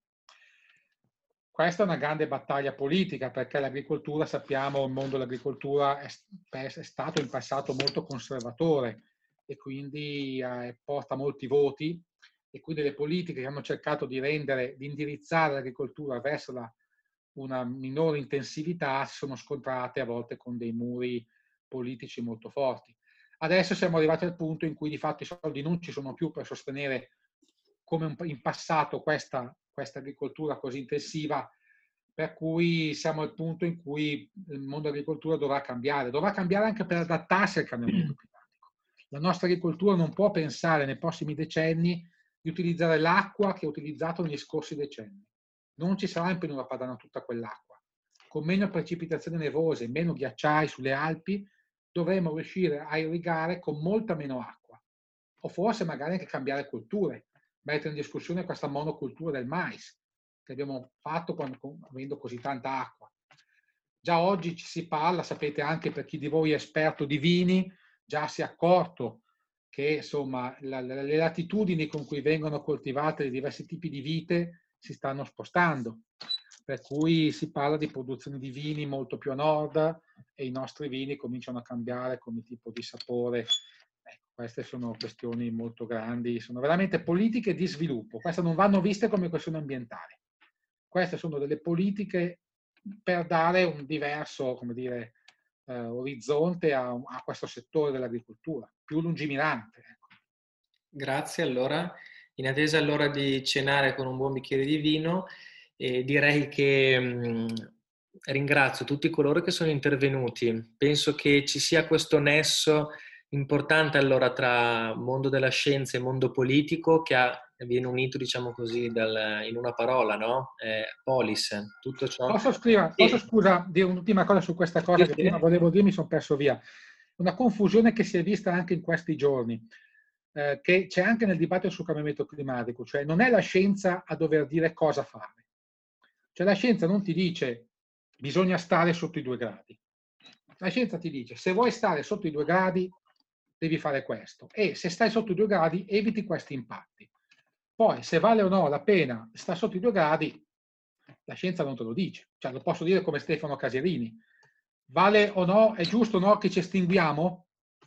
Questa è una grande battaglia politica, perché l'agricoltura, sappiamo, il mondo dell'agricoltura è, è stato in passato molto conservatore e quindi eh, porta molti voti, e quindi le politiche che hanno cercato di rendere, di indirizzare l'agricoltura verso la, una minore intensività si sono scontrate a volte con dei muri politici molto forti. Adesso siamo arrivati al punto in cui di fatto i soldi non ci sono più per sostenere come in passato questa, questa agricoltura così intensiva, per cui siamo al punto in cui il mondo dell'agricoltura dovrà cambiare, dovrà cambiare anche per adattarsi al cambiamento climatico. La nostra agricoltura non può pensare nei prossimi decenni di utilizzare l'acqua che ha utilizzato negli scorsi decenni. Non ci sarà in pianura padana tutta quell'acqua. Con meno precipitazioni nevose, meno ghiacciai sulle Alpi, dovremo riuscire a irrigare con molta meno acqua. O forse magari anche cambiare colture, mettere in discussione questa monocultura del mais che abbiamo fatto quando, avendo così tanta acqua. Già oggi ci si parla, sapete, anche per chi di voi è esperto di vini, già si è accorto che insomma la, la, le latitudini con cui vengono coltivate i diversi tipi di vite si stanno spostando, per cui si parla di produzione di vini molto più a nord e i nostri vini cominciano a cambiare come tipo di sapore. Ecco, queste sono questioni molto grandi, sono veramente politiche di sviluppo. Queste non vanno viste come questioni ambientali. Queste sono delle politiche per dare un diverso, come dire, eh, orizzonte a, a questo settore dell'agricoltura, più lungimirante. Ecco. Grazie, allora. In attesa allora di cenare con un buon bicchiere di vino, eh, direi che mh, ringrazio tutti coloro che sono intervenuti. Penso che ci sia questo nesso importante allora tra mondo della scienza e mondo politico che ha, viene unito, diciamo così, dal, in una parola, no? Eh, polis, tutto ciò. Posso, scrivere, posso e... scusa, dire un'ultima cosa su questa cosa che prima volevo dire, mi sono perso via. Una confusione che si è vista anche in questi giorni, eh, che c'è anche nel dibattito sul cambiamento climatico, cioè non è la scienza a dover dire cosa fare. Cioè la scienza non ti dice bisogna stare sotto i due gradi. La scienza ti dice se vuoi stare sotto i due gradi devi fare questo e se stai sotto i due gradi eviti questi impatti. Poi se vale o no la pena stare sotto i due gradi, la scienza non te lo dice. Cioè lo posso dire come Stefano Caserini. Vale o no, è giusto o no che ci estinguiamo?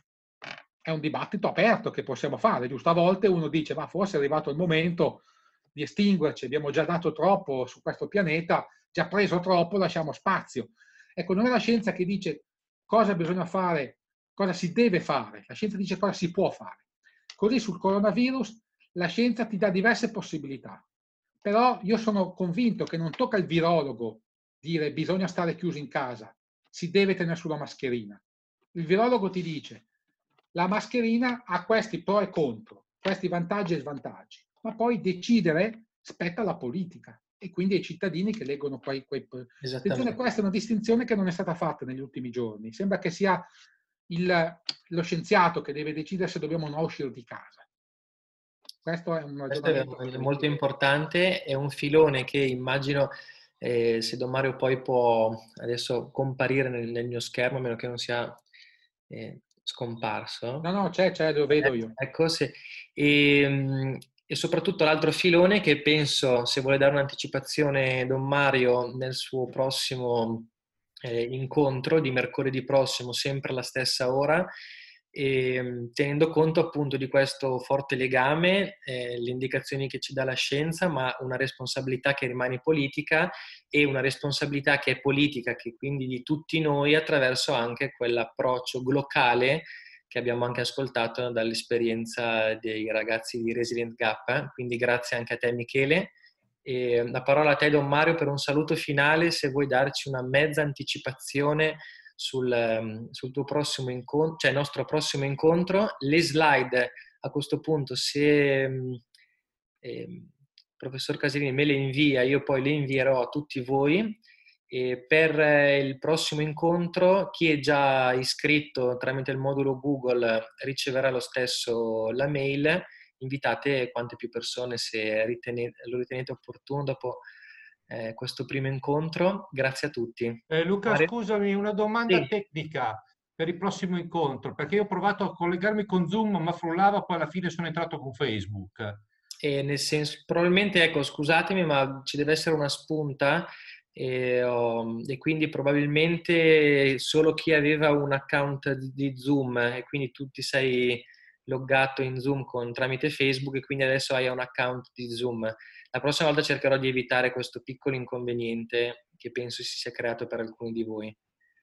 È un dibattito aperto che possiamo fare, giusto? A volte uno dice ma forse è arrivato il momento di estinguerci, abbiamo già dato troppo su questo pianeta, già preso troppo, lasciamo spazio. Ecco, non è la scienza che dice cosa bisogna fare, cosa si deve fare, la scienza dice cosa si può fare. Così sul coronavirus la scienza ti dà diverse possibilità, però io sono convinto che non tocca al virologo dire bisogna stare chiusi in casa, si deve tenere sulla mascherina. Il virologo ti dice la mascherina ha questi pro e contro, questi vantaggi e svantaggi, ma poi decidere spetta alla politica e quindi ai cittadini che leggono quei... quei... Attenzione, questa è una distinzione che non è stata fatta negli ultimi giorni. Sembra che sia il, lo scienziato che deve decidere se dobbiamo o no uscire di casa. Questo è un Questo è molto importante, è un filone che immagino, eh, se Don Mario poi può adesso comparire nel, nel mio schermo, a meno che non sia eh, scomparso. No, no, c'è, c'è, lo vedo io. Eh, ecco, se, e, e soprattutto l'altro filone che penso, se vuole dare un'anticipazione Don Mario nel suo prossimo eh, incontro di mercoledì prossimo, sempre alla stessa ora, e, tenendo conto appunto di questo forte legame, eh, le indicazioni che ci dà la scienza, ma una responsabilità che rimane politica e una responsabilità che è politica, che quindi di tutti noi, attraverso anche quell'approccio globale che abbiamo anche ascoltato dall'esperienza dei ragazzi di Resilient Gap. Quindi grazie anche a te Michele. E la parola a te Don Mario per un saluto finale, se vuoi darci una mezza anticipazione sul, sul tuo prossimo incontro, cioè il nostro prossimo incontro. Le slide a questo punto, se eh, professor Caserini me le invia, io poi le invierò a tutti voi. E per il prossimo incontro, chi è già iscritto tramite il modulo Google riceverà lo stesso la mail. Invitate quante più persone, se ritenete, lo ritenete opportuno, dopo eh, questo primo incontro. Grazie a tutti. Eh, Luca, Mario? scusami, una domanda Sì. tecnica per il prossimo incontro, perché io ho provato a collegarmi con Zoom, ma frullava, poi alla fine sono entrato con Facebook. E nel senso, probabilmente, ecco, scusatemi, ma ci deve essere una spunta. E, oh, e quindi probabilmente solo chi aveva un account di Zoom e quindi tu ti sei loggato in Zoom con, tramite Facebook, e quindi adesso hai un account di Zoom. La prossima volta cercherò di evitare questo piccolo inconveniente che penso si sia creato per alcuni di voi.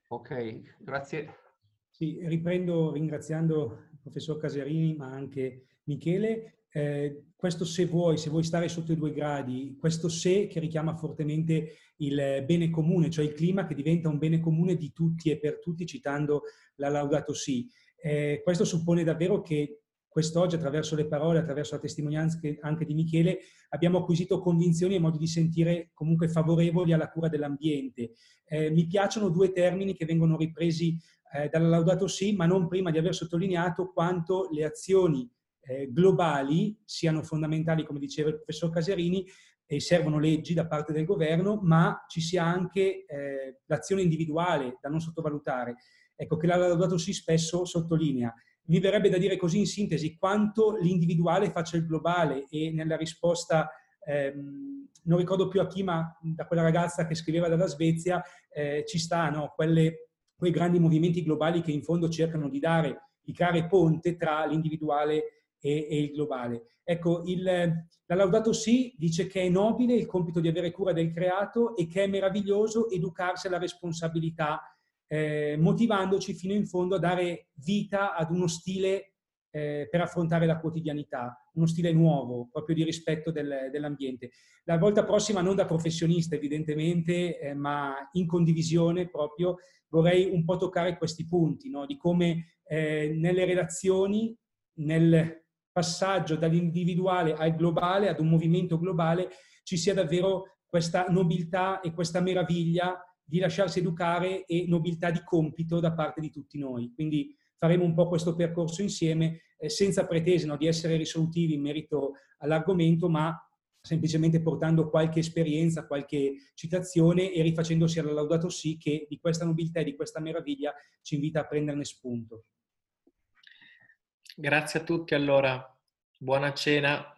Ok, grazie. Sì, riprendo ringraziando il professor Caserini ma anche Michele. Eh, questo se vuoi, se vuoi stare sotto i due gradi, questo se che richiama fortemente il bene comune, cioè il clima che diventa un bene comune di tutti e per tutti, citando la Laudato Si. Eh, questo suppone davvero che quest'oggi, attraverso le parole, attraverso la testimonianza anche di Michele, abbiamo acquisito convinzioni e modi di sentire comunque favorevoli alla cura dell'ambiente. Eh, mi piacciono due termini che vengono ripresi eh, dalla Laudato Si, ma non prima di aver sottolineato quanto le azioni eh, globali siano fondamentali, come diceva il professor Caserini, e servono leggi da parte del governo, ma ci sia anche eh, l'azione individuale da non sottovalutare. Ecco, che la Laudato Si spesso sottolinea. Mi verrebbe da dire così in sintesi quanto l'individuale faccia il globale, e nella risposta, ehm, non ricordo più a chi, ma da quella ragazza che scriveva dalla Svezia, eh, ci sta, no? Quelle, quei grandi movimenti globali che in fondo cercano di dare, di creare ponte tra l'individuale e, e il globale. Ecco, il, la Laudato Si dice che è nobile il compito di avere cura del creato e che è meraviglioso educarsi alla responsabilità, Eh, motivandoci fino in fondo a dare vita ad uno stile eh, per affrontare la quotidianità, uno stile nuovo, proprio di rispetto del, dell'ambiente. La volta prossima non da professionista evidentemente, eh, ma in condivisione proprio, vorrei un po' toccare questi punti, no? Di come eh, nelle relazioni, nel passaggio dall'individuale al globale, ad un movimento globale, ci sia davvero questa nobiltà e questa meraviglia di lasciarsi educare e nobiltà di compito da parte di tutti noi. Quindi faremo un po' questo percorso insieme, eh, senza pretese, no, di essere risolutivi in merito all'argomento, ma semplicemente portando qualche esperienza, qualche citazione e rifacendosi alla Laudato Si, che di questa nobiltà e di questa meraviglia ci invita a prenderne spunto. Grazie a tutti allora. Buona cena.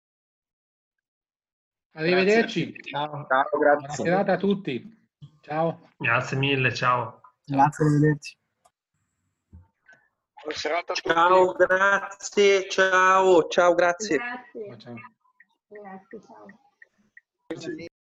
Arrivederci. Ciao. Ciao, grazie. Buona serata a tutti. Ciao. Grazie mille, ciao. Grazie, arrivederci. Buona serata a tutti. Ciao, grazie, ciao, ciao, grazie. Grazie. Ciao. Grazie, ciao.